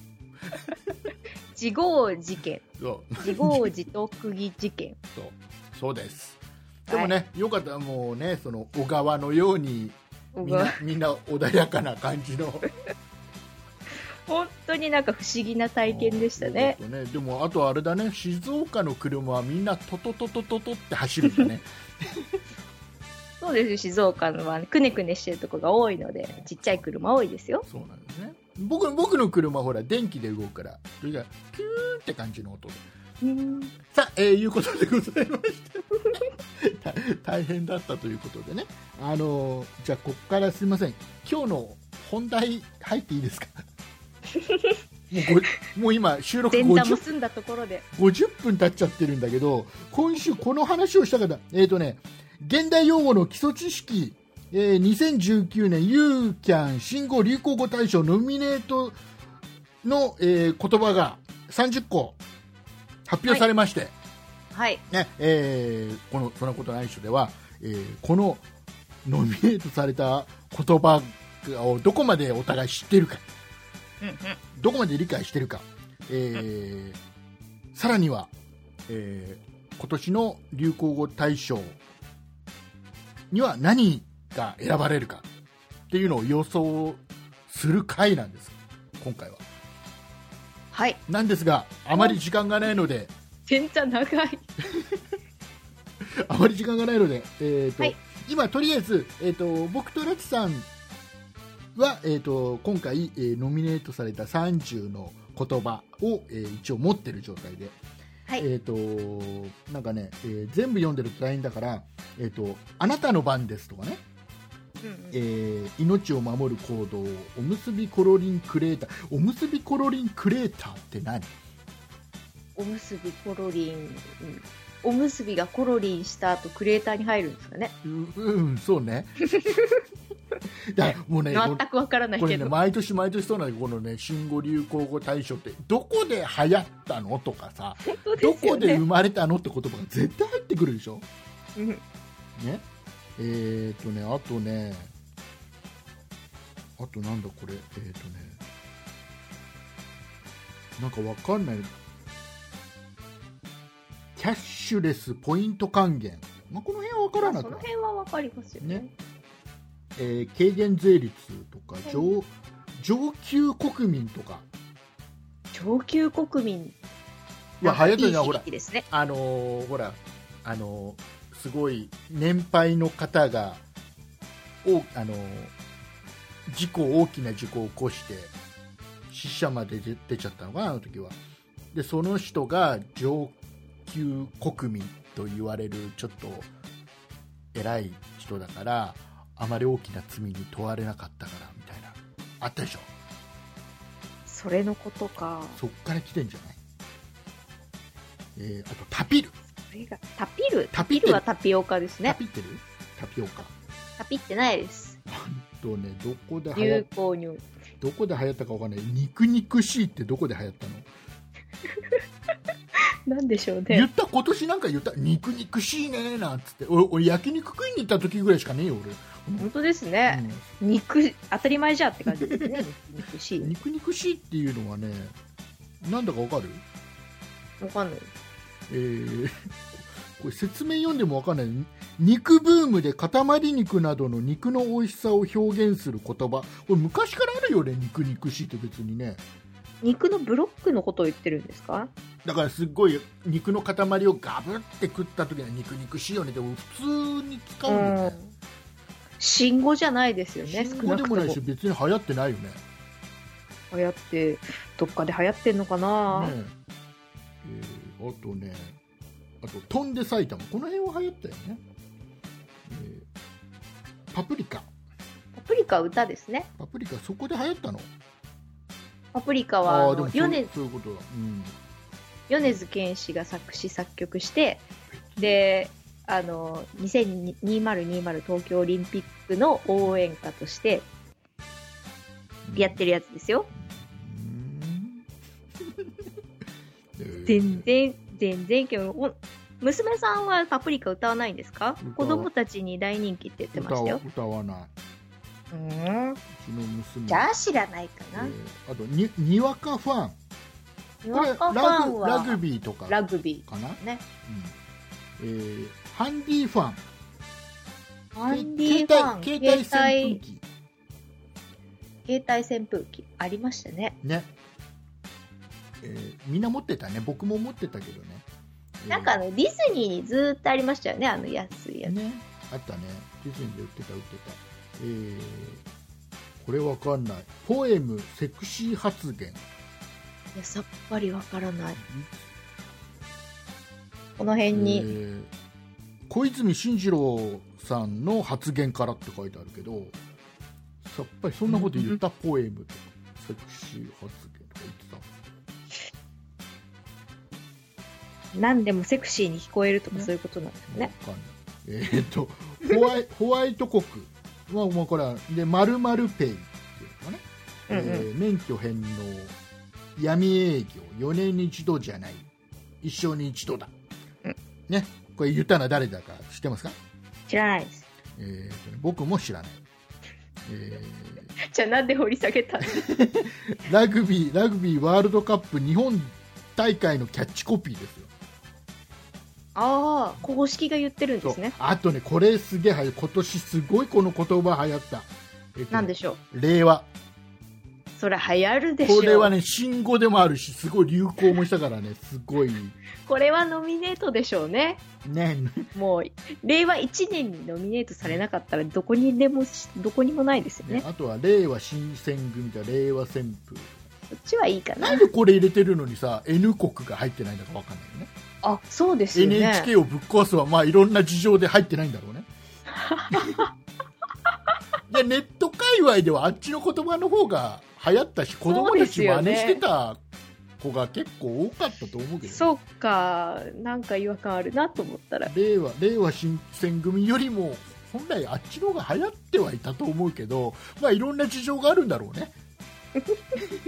自業事件自業自得意事件そうそうです。でもね、はい、よかったもうねその小川のようにみんなみんな穏やかな感じの本当になんか不思議な体験でしたね。 ね、でもあとあれだね、静岡の車はみんなトトトトトトって走るんだね。 そうですよ、静岡のはくねくねしてるとこが多いので、ちっちゃい車多いですよ。 そうなんですね。僕僕の車ほら電気で動くから、それがキューンって感じの音で。うんさあ、えー、いうことでございました大変だったということでね、あのー、じゃあここからすみません、今日の本題入っていいですか？もうごもう今収録前座も済んだところでごじゅっぷん経っちゃってるんだけど、今週この話をした方、えーとね、現代用語の基礎知識、えー、にせんじゅうきゅうねんユーキャン新語・流行語大賞ノミネートの、えー、言葉がさんじゅっこ発表されまして、 はいねえー、このそんなことないっしょでは、えー、このノミネートされた言葉をどこまでお互い知っているか、うんうん、どこまで理解しているか、えーうん、さらには、えー、今年の流行語大賞には何が選ばれるかっていうのを予想する回なんです今回は。 はい、 なんですがあまり時間がないので全然長いあまり時間がないので、えーとはい、今とりあえず、えーと、僕とラチさんは、えーと、今回、えー、ノミネートされたさんじゅうの言葉を、えー、一応持ってる状態で、はい、えーとなんかね、えー、全部読んでると大変だから、えーと、あなたの番ですとかね、うんうんえー、命を守る行動おむすびコロリンクレーターおむすびコロリンクレーターって何？ おむすびコロリン、うん、おむすびがコロリンした後クレーターに入るんですかね。 うん、うん、そうねだもうね全くわからないけど、 これね、毎年毎年そうなんだけど、このね新語・流行語大賞ってどこで流行ったのとかさ、 本当ですよね、 どこで生まれたのって言葉が絶対入ってくるでしょ、 うんねえーとね、あとね、あとなんだこれ、えーとね、なんかわかんない、キャッシュレスポイント還元、まあ、この辺はわからなくない？ その辺はわかりますよね。 ねえー、軽減税率とか、上、上級国民とか、 上級国民は流行ってるのは、 ほら、 あのー、ほら、あのー、すごい年配の方がお、あのー、事故大きな事故を起こして死者まで出ちゃったのかな、あの時は。でその人が上級国民と言われるちょっと偉い人だからあまり大きな罪に問われなかったからみたいなあったでしょ。 それのことか。 そっから来てんじゃない？えー、あとタピル。 それがタピル。タピルはタピオカですね。 タピってる？タピオカ。 タピってないです。 とね、どこで流行にどこで流行ったかわかんない。肉肉しいってどこで流行ったの？ なんでしょうね。 言った今年なんか言った肉肉しいねなんつって、俺, 俺焼肉食いに行った時ぐらいしかねえよ俺。 本当ですね、うん、肉当たり前じゃって感じですね。肉肉しい肉肉しいっていうのはね、なんだかわかる？ わかんない。 えー、これ説明読んでもわかんない。肉ブームで塊肉などの肉の美味しさを表現する言葉、これ昔からあるよね。肉肉しいって別にね、 肉のブロックのことを言ってるんですか？ だからすっごい肉の塊をガブって食った時には肉肉しいよね。でも普通に使うよね。 新語じゃないですよね。 新語でもないし別に流行ってないよね。 流行ってどっかで流行ってんのかな、ねえー、あとね、あと飛んで埼玉、この辺は流行ったよね。えー、パプリカ。 パプリカ歌ですね。 パプリカそこで流行ったの？ パプリカはあの米津、 そういうことだ、うん、 米津玄師が作詞作曲して、であのにせんにじゅうに東京オリンピックの応援歌としてやってるやつですよ。うん、全然全然娘さんはパプリカ歌わないんですか？子供たちに大人気って言ってましたよ。 歌わない。 うん、うちの娘じゃあ知らないかな、えー、あとににわかファン、 にわかファンはラグ、ラグビーとかラグビーかな、 ね、 うん、えー、ハンディファン、 ハンディファン、 携帯、携帯扇風機、 携帯扇風機ありましたね。 ね、えー、みんな持ってたね。僕も持ってたけどね。 なんかあのディズニーにずっとありましたよね、あの安いやつ。 ね、あったね。ディズニーで売ってた売ってた。えー、これわかんない。ポエムセクシー発言。 いや、さっぱりわからない。この辺に、えー、 小泉進次郎さんの発言からって書いてあるけど、さっぱりそんなこと言った、うん、ポエムとかセクシー発言とか言ってた。何でもセクシーに聞こえるとかそういうことなんですよね。 わかんない。えー、っとホワイホワイト国はもうこれはで〇〇ペイっていうのかね、うんうん、えー、免許返納、闇営業、よねんに一度じゃない、一生に一度だ、うん、ね、これ言ったのは誰だか知ってますか？ 知らないです。 えーとね、僕も知らない。えー、じゃあなんで掘り下げたの？ ラグビーラグビーワールドカップ日本大会のキャッチコピーですよ。 ああ、公式が言ってるんですね。 あとね、これすげえはや、今年すごいこの言葉流行った。 えっと、なんでしょう。令和。 それ流行るでしょ。 これはね、新語でもあるし、すごい流行もしたからね、すごい。 これはノミネートでしょうね。 ね。 もう令和いちねんにノミネートされなかったらどこにでもどこにもないですよ ね, ね。 あとは令和新選組と令和旋風。 そっちはいいかな。 なんでこれ入れてるのにさ N 国が入ってないんだか分かんないよね。 あ、そうですよね。 エヌエイチケー をぶっ壊すはまあいろんな事情で入ってないんだろうね。でネット界隈ではあっちの言葉の方が流行ったし、子供たち真似してた子が結構多かったと思うけど、ね、 そうか、なんか違和感あるなと思ったら令和令和新選組よりも本来あっちの方が流行ってはいたと思うけど、まあいろんな事情があるんだろうね。 そうか、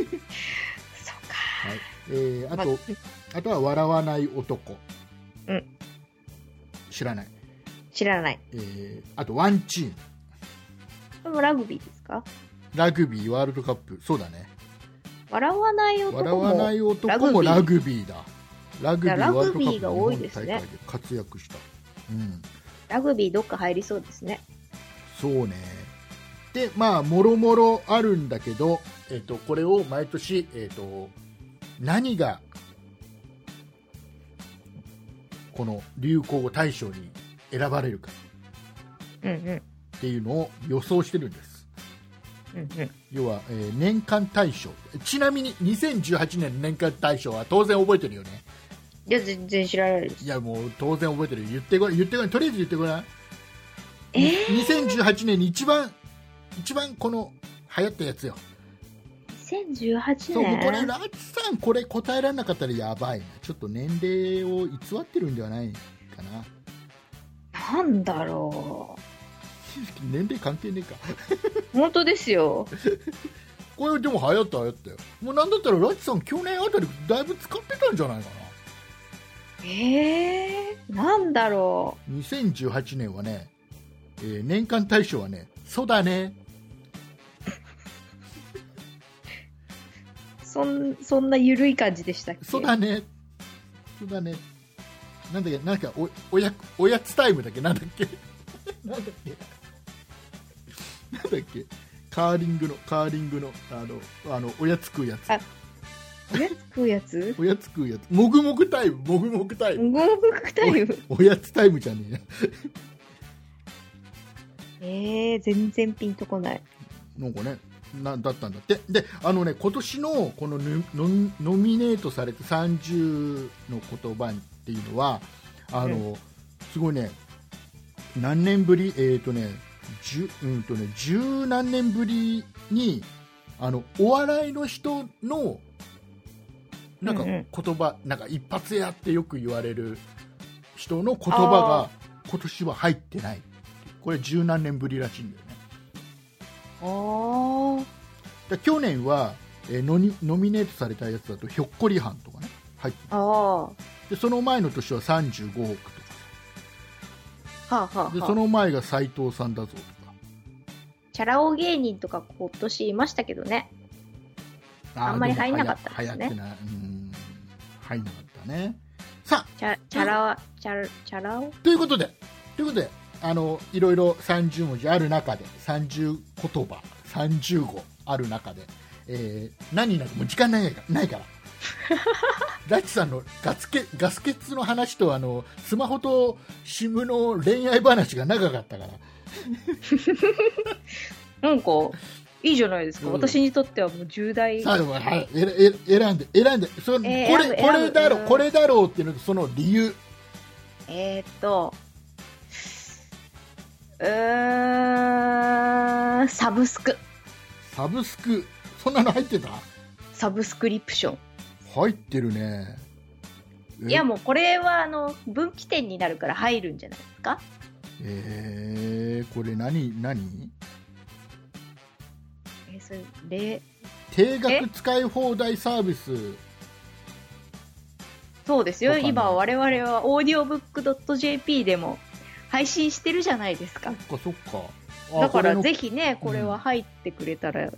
はい、えー、あと、ま、あとは笑わない男、 うん、 知らない知らない、 えー、あとワンチーム。 でもラグビーですか？ ラグビーワールドカップ、そうだね。 笑わない男も笑わない男もラグビーだ。ラグビーワールドカップが多いですね。 日本大会で活躍した、うん、 ラグビーどっか入りそうですね。 そうね。でまあもろもろあるんだけど、えー、とこれを毎年、えー、と何がこの流行語大賞に選ばれるかっていうのを予想してるんです。 うんうん、 要は、えー、年間大賞。ちなみににせんじゅうはちねんの年間大賞は当然覚えてるよね。 いや全然知らないです。 いやもう当然覚えてる。言ってごらん、言ってごらん、とりあえず言ってごらん。 えー、 にせんじゅうはちねんに一番一番この流行ったやつよ。 にせんじゅうはちねん。 そう、もうこれラチさんこれ答えられなかったらやばいな。ちょっと年齢を偽ってるんではないかな。なんだろう。 年齢関係ねえか。 本当ですよ。 これでも流行った流行ったよ。もうなんだったらラチさん去年あたりだいぶ使ってたんじゃないかな。 えー、なんだろう。にせんじゅうはちねんはね、えー、年間大賞はね、そうだね。 そんそんな緩い感じでしたっけ？ そうだね。そうだね。なんだっけ、なんか お, お, やおやつタイムだっけ、なんだっけ。なんだっけ。なんだっけ。カーリングのカーリングのあのあのおやつ食うやつ。 あ、おやつ食うやつ？ おやつ食うやつ。もぐもぐタイム、もぐもぐタイム。 もぐもぐタイム。 お, おやつタイムじゃねえな。 えー、全然ピンとこない。 なんかね、なだったんだって。で、あのね、今年のこの ノ, ノミネートされてさんじゅうの言葉っていうのは、あの、うん、すごいね、何年ぶり、えっ、ー、とね、十、うんとね、十何年ぶりに、あの、お笑いの人の、なんか言葉、うんうん、なんか一発屋ってよく言われる人の言葉が今年は入ってない。これ十何年ぶりらしいんだよね。 あだ去年は、えー、ノ, ノミネートされたやつだとひょっこりはんとかね入ってあでその前の年はさんじゅうごおくとか、 はあはあはあ、 でその前が斉藤さんだぞとか、 チャラ男芸人とか今年いましたけどね、 あ, あんまり入んなかったですね。 流行ってない、うん、入んなかったね。さあチャチャラチャラチャラ男ということでということであのいろいろさんじゅうもじある中でさんじゅう言葉さんじゅうごある中で、 えー、何になるかもう時間ないからないからラチさんのガスケガス欠の話とあのスマホと SIM の恋愛話が長かったからなんかいいじゃないですか、うん、私にとってはもう重大。 さあ、はい、ええ選んで選んでその、えー、これこれだろうこれだろうっていうのとその理由。 えー、っとうーんサブスクサブスクそんなの入ってた？ サブスクリプション入ってるね。 いやもうこれはあの分岐点になるから入るんじゃないですか。 えー、これ何何えー、それ定額使い放題サービス。 そうですよ、今我々はオーディオブックドットジェーピー でも配信してるじゃないですか。 そっかそっか。 だからぜひねこれは入ってくれたら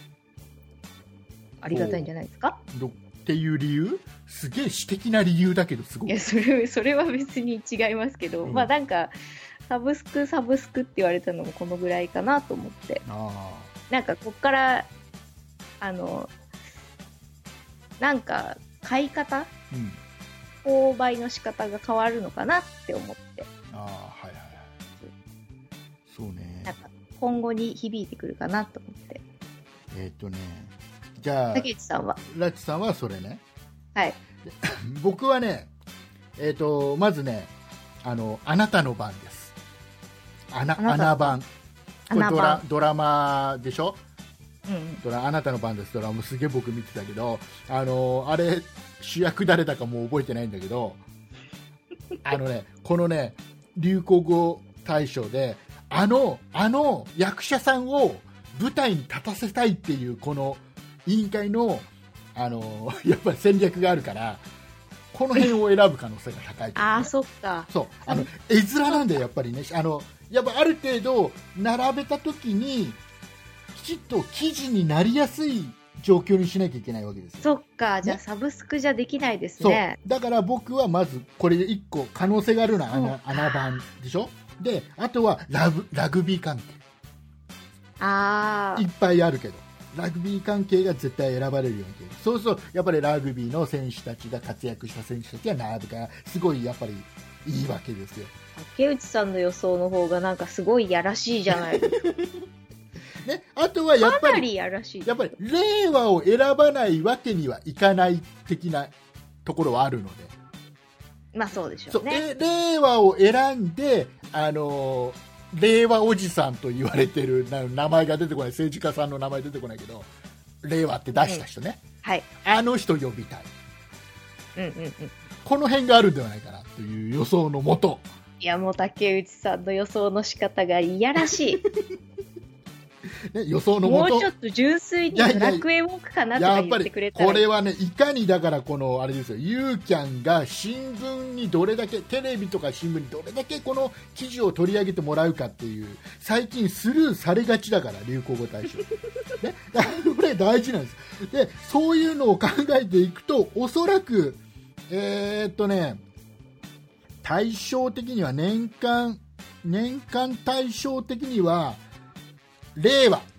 ありがたいんじゃないですか。 どっていう理由？すげえ私的な理由だけどすごい。 いやそれそれは別に違いますけど、うん、まあなんかサブスクサブスクって言われたのもこのぐらいかなと思って。あなんかこっからあのなんか買い方、うん、購買の仕方が変わるのかなって思って。ああはいはいはい。そうね。なんか今後に響いてくるかなと思って。 えっとね。じゃあ竹内さんはラチさんはそれね。 はい僕はね、えー、とまずねあのあなたの番です。あなあな番これドラドラマでしょ、うん、ドラあなたの番ですドラマすげえ僕見てたけどあのあれ主役誰だかもう覚えてないんだけどあのねこのね流行語大賞であのあの役者さんを舞台に立たせたいっていうこの委員会の、あのやっぱり戦略があるからこの辺を選ぶ可能性が高い、ね、 ああそっかそうあの絵面なんでやっぱりねあのやっぱある程度並べた時にきちっと記事になりやすい状況にしなきゃいけないわけですよ。 そっかじゃあ、ね、サブスクじゃできないですね。 そうだから僕はまずこれでいっこ可能性があるのは穴, 穴番でしょ。であとはラブラグビー関係あいっぱいあるけどラグビー関係が絶対選ばれるようにそうするとやっぱりラグビーの選手たちが活躍した選手たちが並ぶからすごいやっぱりいいわけですよ。 竹内さんの予想の方がなんかすごいやらしいじゃないですかね、あとはやっぱりかなりやらしいやっぱり令和を選ばないわけにはいかない的なところはあるのでまあそうでしょうね。 そう令和を選んであの令和おじさんと言われてる名前が出てこない政治家さんの名前出てこないけど令和って出した人ね、 うんはい、 あの人呼びたい、 うんうんうん、 この辺があるんではないかなという予想のもといやもう竹内さんの予想の仕方がいやらしいね、予想のもともうちょっと純粋にドラクエウォークかなとか言ってくれたらこれはねいかにだからこのあれですよユーキャンが新聞にどれだけテレビとか新聞にどれだけこの記事を取り上げてもらうかっていう最近スルーされがちだから流行語大賞、ね、これ大事なんですでそういうのを考えていくとおそらくえー、っとね対照的には年間年間対照的には令和、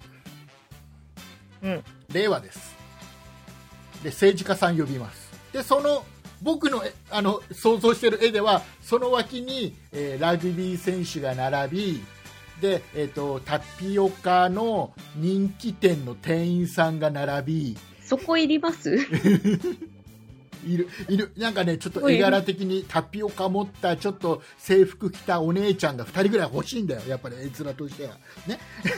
うん、 令和ですで政治家さん呼びますでその僕のあの想像している絵ではその脇に、えー、ラグビー選手が並びで、えーと、タピオカの人気店の店員さんが並びそこいりますいるいるなんかねちょっと絵柄的にタピオカ持ったちょっと制服着たお姉ちゃんがふたりぐらい欲しいんだよやっぱり絵面としてはね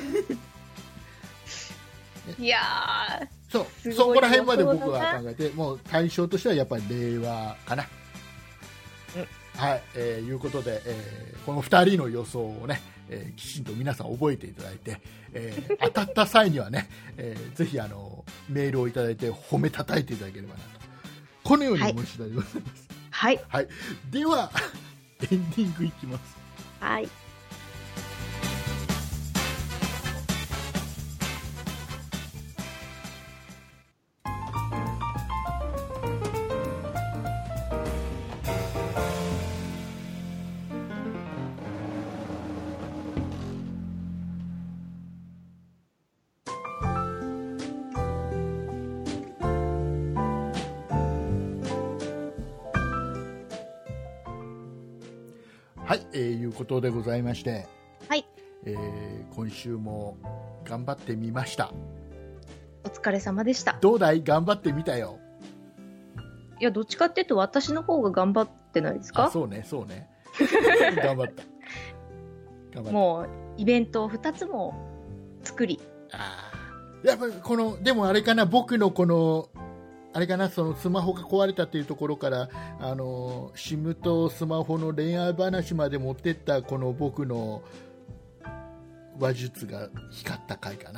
いやーそうそこら辺まで僕は考えてもう対象としてはやっぱり令和かな、うん、はい、えー、いうことで、えー、このふたりの予想をね、えー、きちんと皆さん覚えていただいて、えー、当たった際にはね、えー、ぜひあのメールをいただいて褒めたたいていただければなとこのように思い次第でございます。 はい。 はい。ではエンディングいきます。 はい。 はい、えー、いうことでございまして、 はい、 えー、今週も頑張ってみました。 お疲れ様でした。 どうだい？頑張ってみたよ。 いや、どっちかっていうと私の方が頑張ってないですか？ そうね、そうね。頑張った。 頑張った。もうイベントをふたつも作り。 ああ、やっぱりこのでもあれかな、僕のこのあれかな、そのスマホが壊れたというところから、あの SIM とスマホの恋愛話まで持ってったこの僕の話術が光った回かな。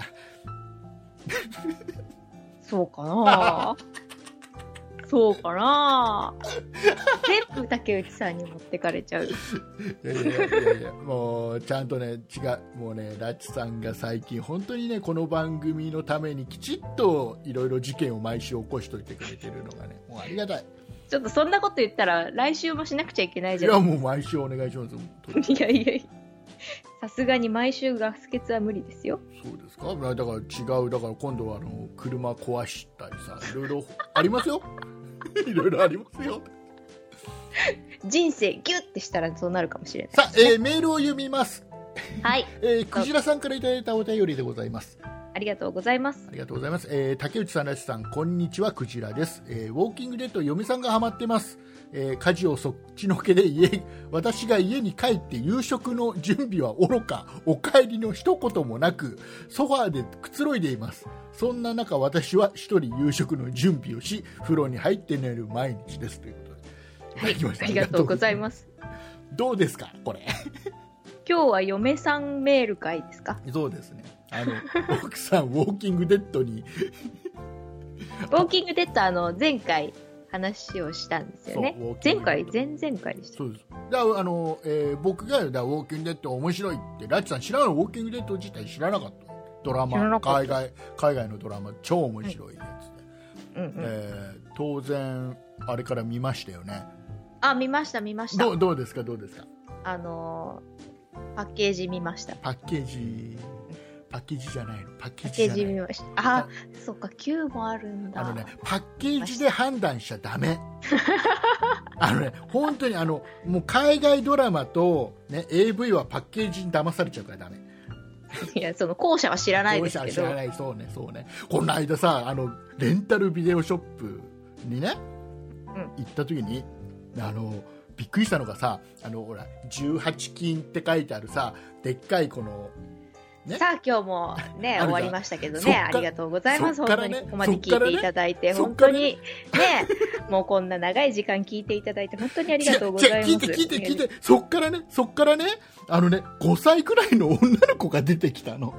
そうかな。そうかな。全部竹内さんに持ってかれちゃう。いやいやいやいや、もうちゃんとね、違う、もうね、ラチさんが最近本当にね、この番組のためにきちっといろいろ事件を毎週起こしといてくれてるのがね、もうありがたい。 ちょっとそんなこと言ったら来週もしなくちゃいけないじゃん。 いや、もう毎週お願いします。 いやいやいや、さすがに毎週ガス欠は無理ですよ。 そうですか。だから違う、だから今度はあの車壊したりさ、いろいろありますよ。いろいろありますよ。 人生ギュッてしたらそうなるかもしれない、ね。 さあ、えー、メールを読みます。 はい。 えー、クジラさんからいただいたお便りでございます。 ありがとうございます。 ありがとうございます。えー、竹内さん、らしさん、こんにちは、クジラです。えー、ウォーキングデッド、嫁さんがハマってます。えー、家事をそっちのけで家、私が家に帰って夕食の準備はおろか、お帰りの一言もなく、ソファーでくつろいでいます。そんな中、私は一人夕食の準備をし、風呂に入って寝る毎日です。ということで。 はい、ありがとうございます。 どうですか、これ。 今日は嫁さんメール会ですか？ そうですね。あの奥さんウォーキングデッドにウォーキングデッド、あの前回話をしたんですよね。前回前々回でした。 そうです。だあの、えー、僕がだウォーキングデッド面白いってラッチさん知らない、ウォーキングデッド自体知らなかった。ドラマ、海外海外のドラマ超面白いやつで、うんうん、えー、当然あれから見ましたよね。 あ、見ました見ました。 どう、どうですかどうですか。 あのー、パッケージ見ました。 パッケージパッケージじゃないの、パッケージじゃない。パッケージ見ました。 あ、そっか、きゅうもあるんだ。 あのね、パッケージで判断しちゃダメ。あのね、本当にあのもう海外ドラマとね エーブイ はパッケージに騙されちゃうからダメ。 いや、その後者は知らないですけど。後者は知らない、 そうね、そうね。この間さ、あのレンタルビデオショップにね、うん、行った時にあのびっくりしたのがさ、あのほらじゅうはち金って書いてあるさ、でっかいこのね、さあ今日もね終わりましたけどね、ありがとうございます。ね、本当にここまで聞いていただいて、ね、本当にねもうこんな長い時間聞いていただいて本当にありがとうございます。 聞いて聞いて聞いて、そっからねそっからねあのねごさいくらいの女の子が出てきたの。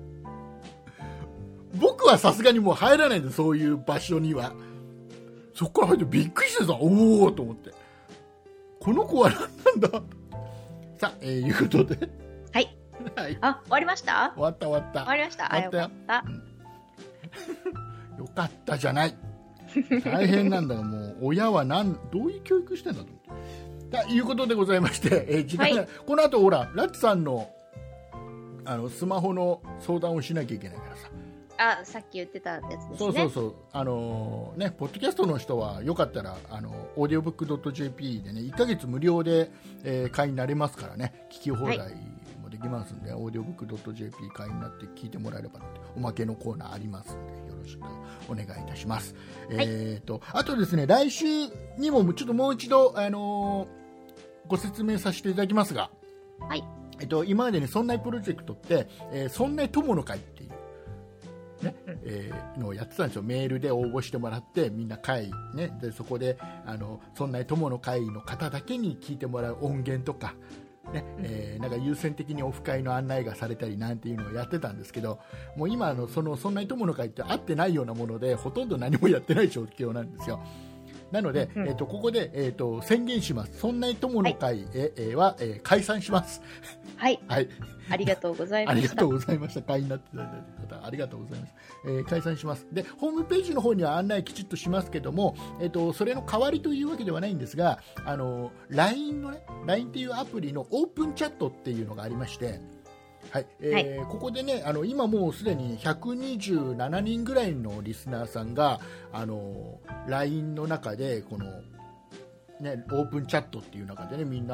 僕はさすがにもう入らないんで、そういう場所には。そっから入ってびっくりしてさ、おおと思って、この子は何なんだ。さあ、えー、いうことではいはい、あ、終わりました。 終わった終わった終わりました。 終わったよ。 よかった、 うん、よかったじゃない。大変なんだが、もう親はなんどういう教育してんだと思って。ということでございまして、えー、時間が、はい、この後ほらラッチさんのあのスマホの相談をしなきゃいけないからさ。 あ、さっき言ってたやつですね。 そうそうそう、あのー、ね、ポッドキャストの人はよかったらあのオーディオブックドットジェーピー でねいっかげつ無料で、えー、会員になれますからね、聞き放題もできますんで、はい、オーディオブックドットジェーピー 会員になって聞いてもらえればって、おまけのコーナーありますんでよろしくお願いいたします。はい、えーとあとですね、来週にもちょっともう一度、あのー、ご説明させていただきますが、 はい、 えっと、今までにそんないプロジェクトって、えー、そんない友の会っていうねえー、のをやってたんですよ。メールで応募してもらってみんな会、ね、でそこであのそんな友の会の方だけに聞いてもらう音源とか、ねえー、なんか優先的にオフ会の案内がされたりなんていうのをやってたんですけど、もう今あのそのそんな友の会って合ってないようなものでほとんど何もやってない状況なんですよ。なので、うんえー、とここで、えー、と宣言します。そんな友の会へは、えー、解散します。 はい、 はい、 ありがとうございました。 ありがとうございました。会員になっていただいた方ありがとうございます。えー、解散します。でホームページの方には案内きちっとしますけども、えー、とそれの代わりというわけではないんですが、あの ライン のね ライン っていうアプリのオープンチャットっていうのがありまして、はいえーはい、ここでねあの今もうすでにひゃくにじゅうななにんぐらいのリスナーさんがあの ライン の中でこの、ね、オープンチャットっていう中でねみんな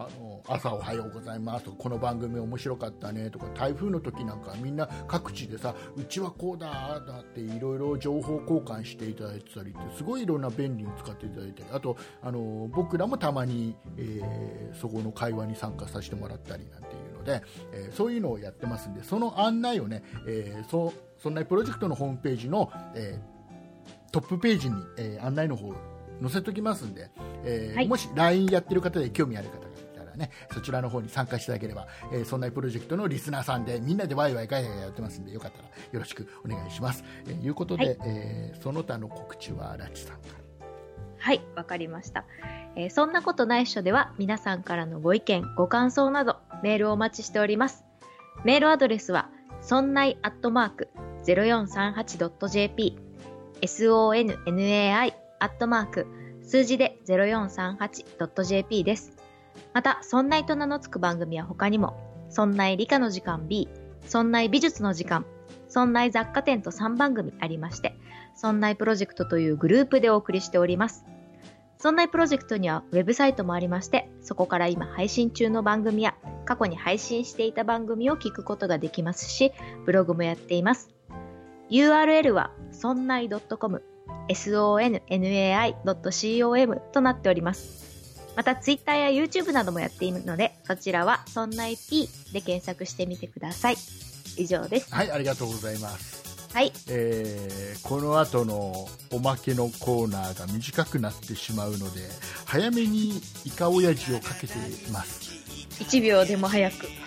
あの朝おはようございますとか、この番組面白かったねとか、台風の時なんかみんな各地でさ、うちはこうだだっていろいろ情報交換していただいてたりって、すごいいろんな便利に使っていただいて、あとあの僕らもたまに、えー、そこの会話に参加させてもらったりなんていうので、えー、そういうのをやってますんで、その案内をね、えー、そそんなプロジェクトのホームページの、えー、トップページに、えー、案内の方載せときますんで、えーはい、もし ライン やってる方で興味ある方がいたらね、そちらの方に参加していただければ、えー、そんなプロジェクトのリスナーさんでみんなでワイワイガヤガヤやってますんで、よかったらよろしくお願いします。と、えー、いうことで、はい、えー、その他の告知はラチさんから。 はい、わかりました。えー、そんなことないっしょでは、皆さんからのご意見ご感想などメールをお待ちしております。メールアドレスはそんないアットマーク ゼロよんさんはちドットジェーピー ソンナイ アットマーク数字で ゼロよんさんはちドットジェーピー です。また、そんないと名の付く番組は他にも、そんない理科の時間 B、そんない美術の時間、そんない雑貨店とさんばん組ありまして、そんないプロジェクトというグループでお送りしております。そんないプロジェクトにはウェブサイトもありまして、そこから今配信中の番組や過去に配信していた番組を聞くことができますし、ブログもやっています。ユーアールエル はそんない .com、ソンナイ ドットコム となっております。また Twitter や YouTube などもやっているので、そちらはそんない P で検索してみてください。以上です。 はい、ありがとうございます。 はい、 えー、この後のおまけのコーナーが短くなってしまうので、早めにイカオヤジをかけています。 いちびょうでも早く。はい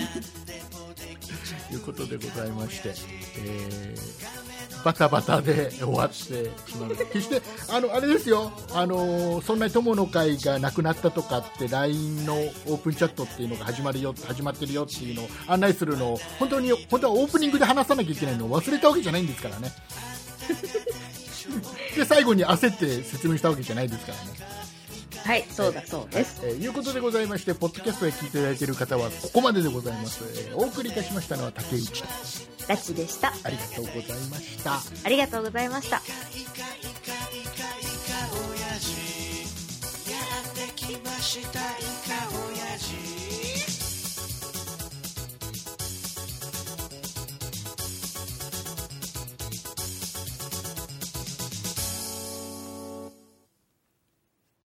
ということでございまして、えー、バタバタで終わってしまう。決してあのあれですよ、あのそんな友の会がなくなったとかって ライン のオープンチャットっていうのが始まるよ始まってるよっていうのを案内するのを本当に本当はオープニングで話さなきゃいけないのを忘れたわけじゃないんですからね。で最後に焦って説明したわけじゃないですからね。 はい、そうだそうです。 と、えー、いうことでございまして、ポッドキャストで聞いていただいている方はここまででございます。えー、お送りいたしましたのは竹内ラチでした。 ありがとうございました。 ありがとうございました。やってきました。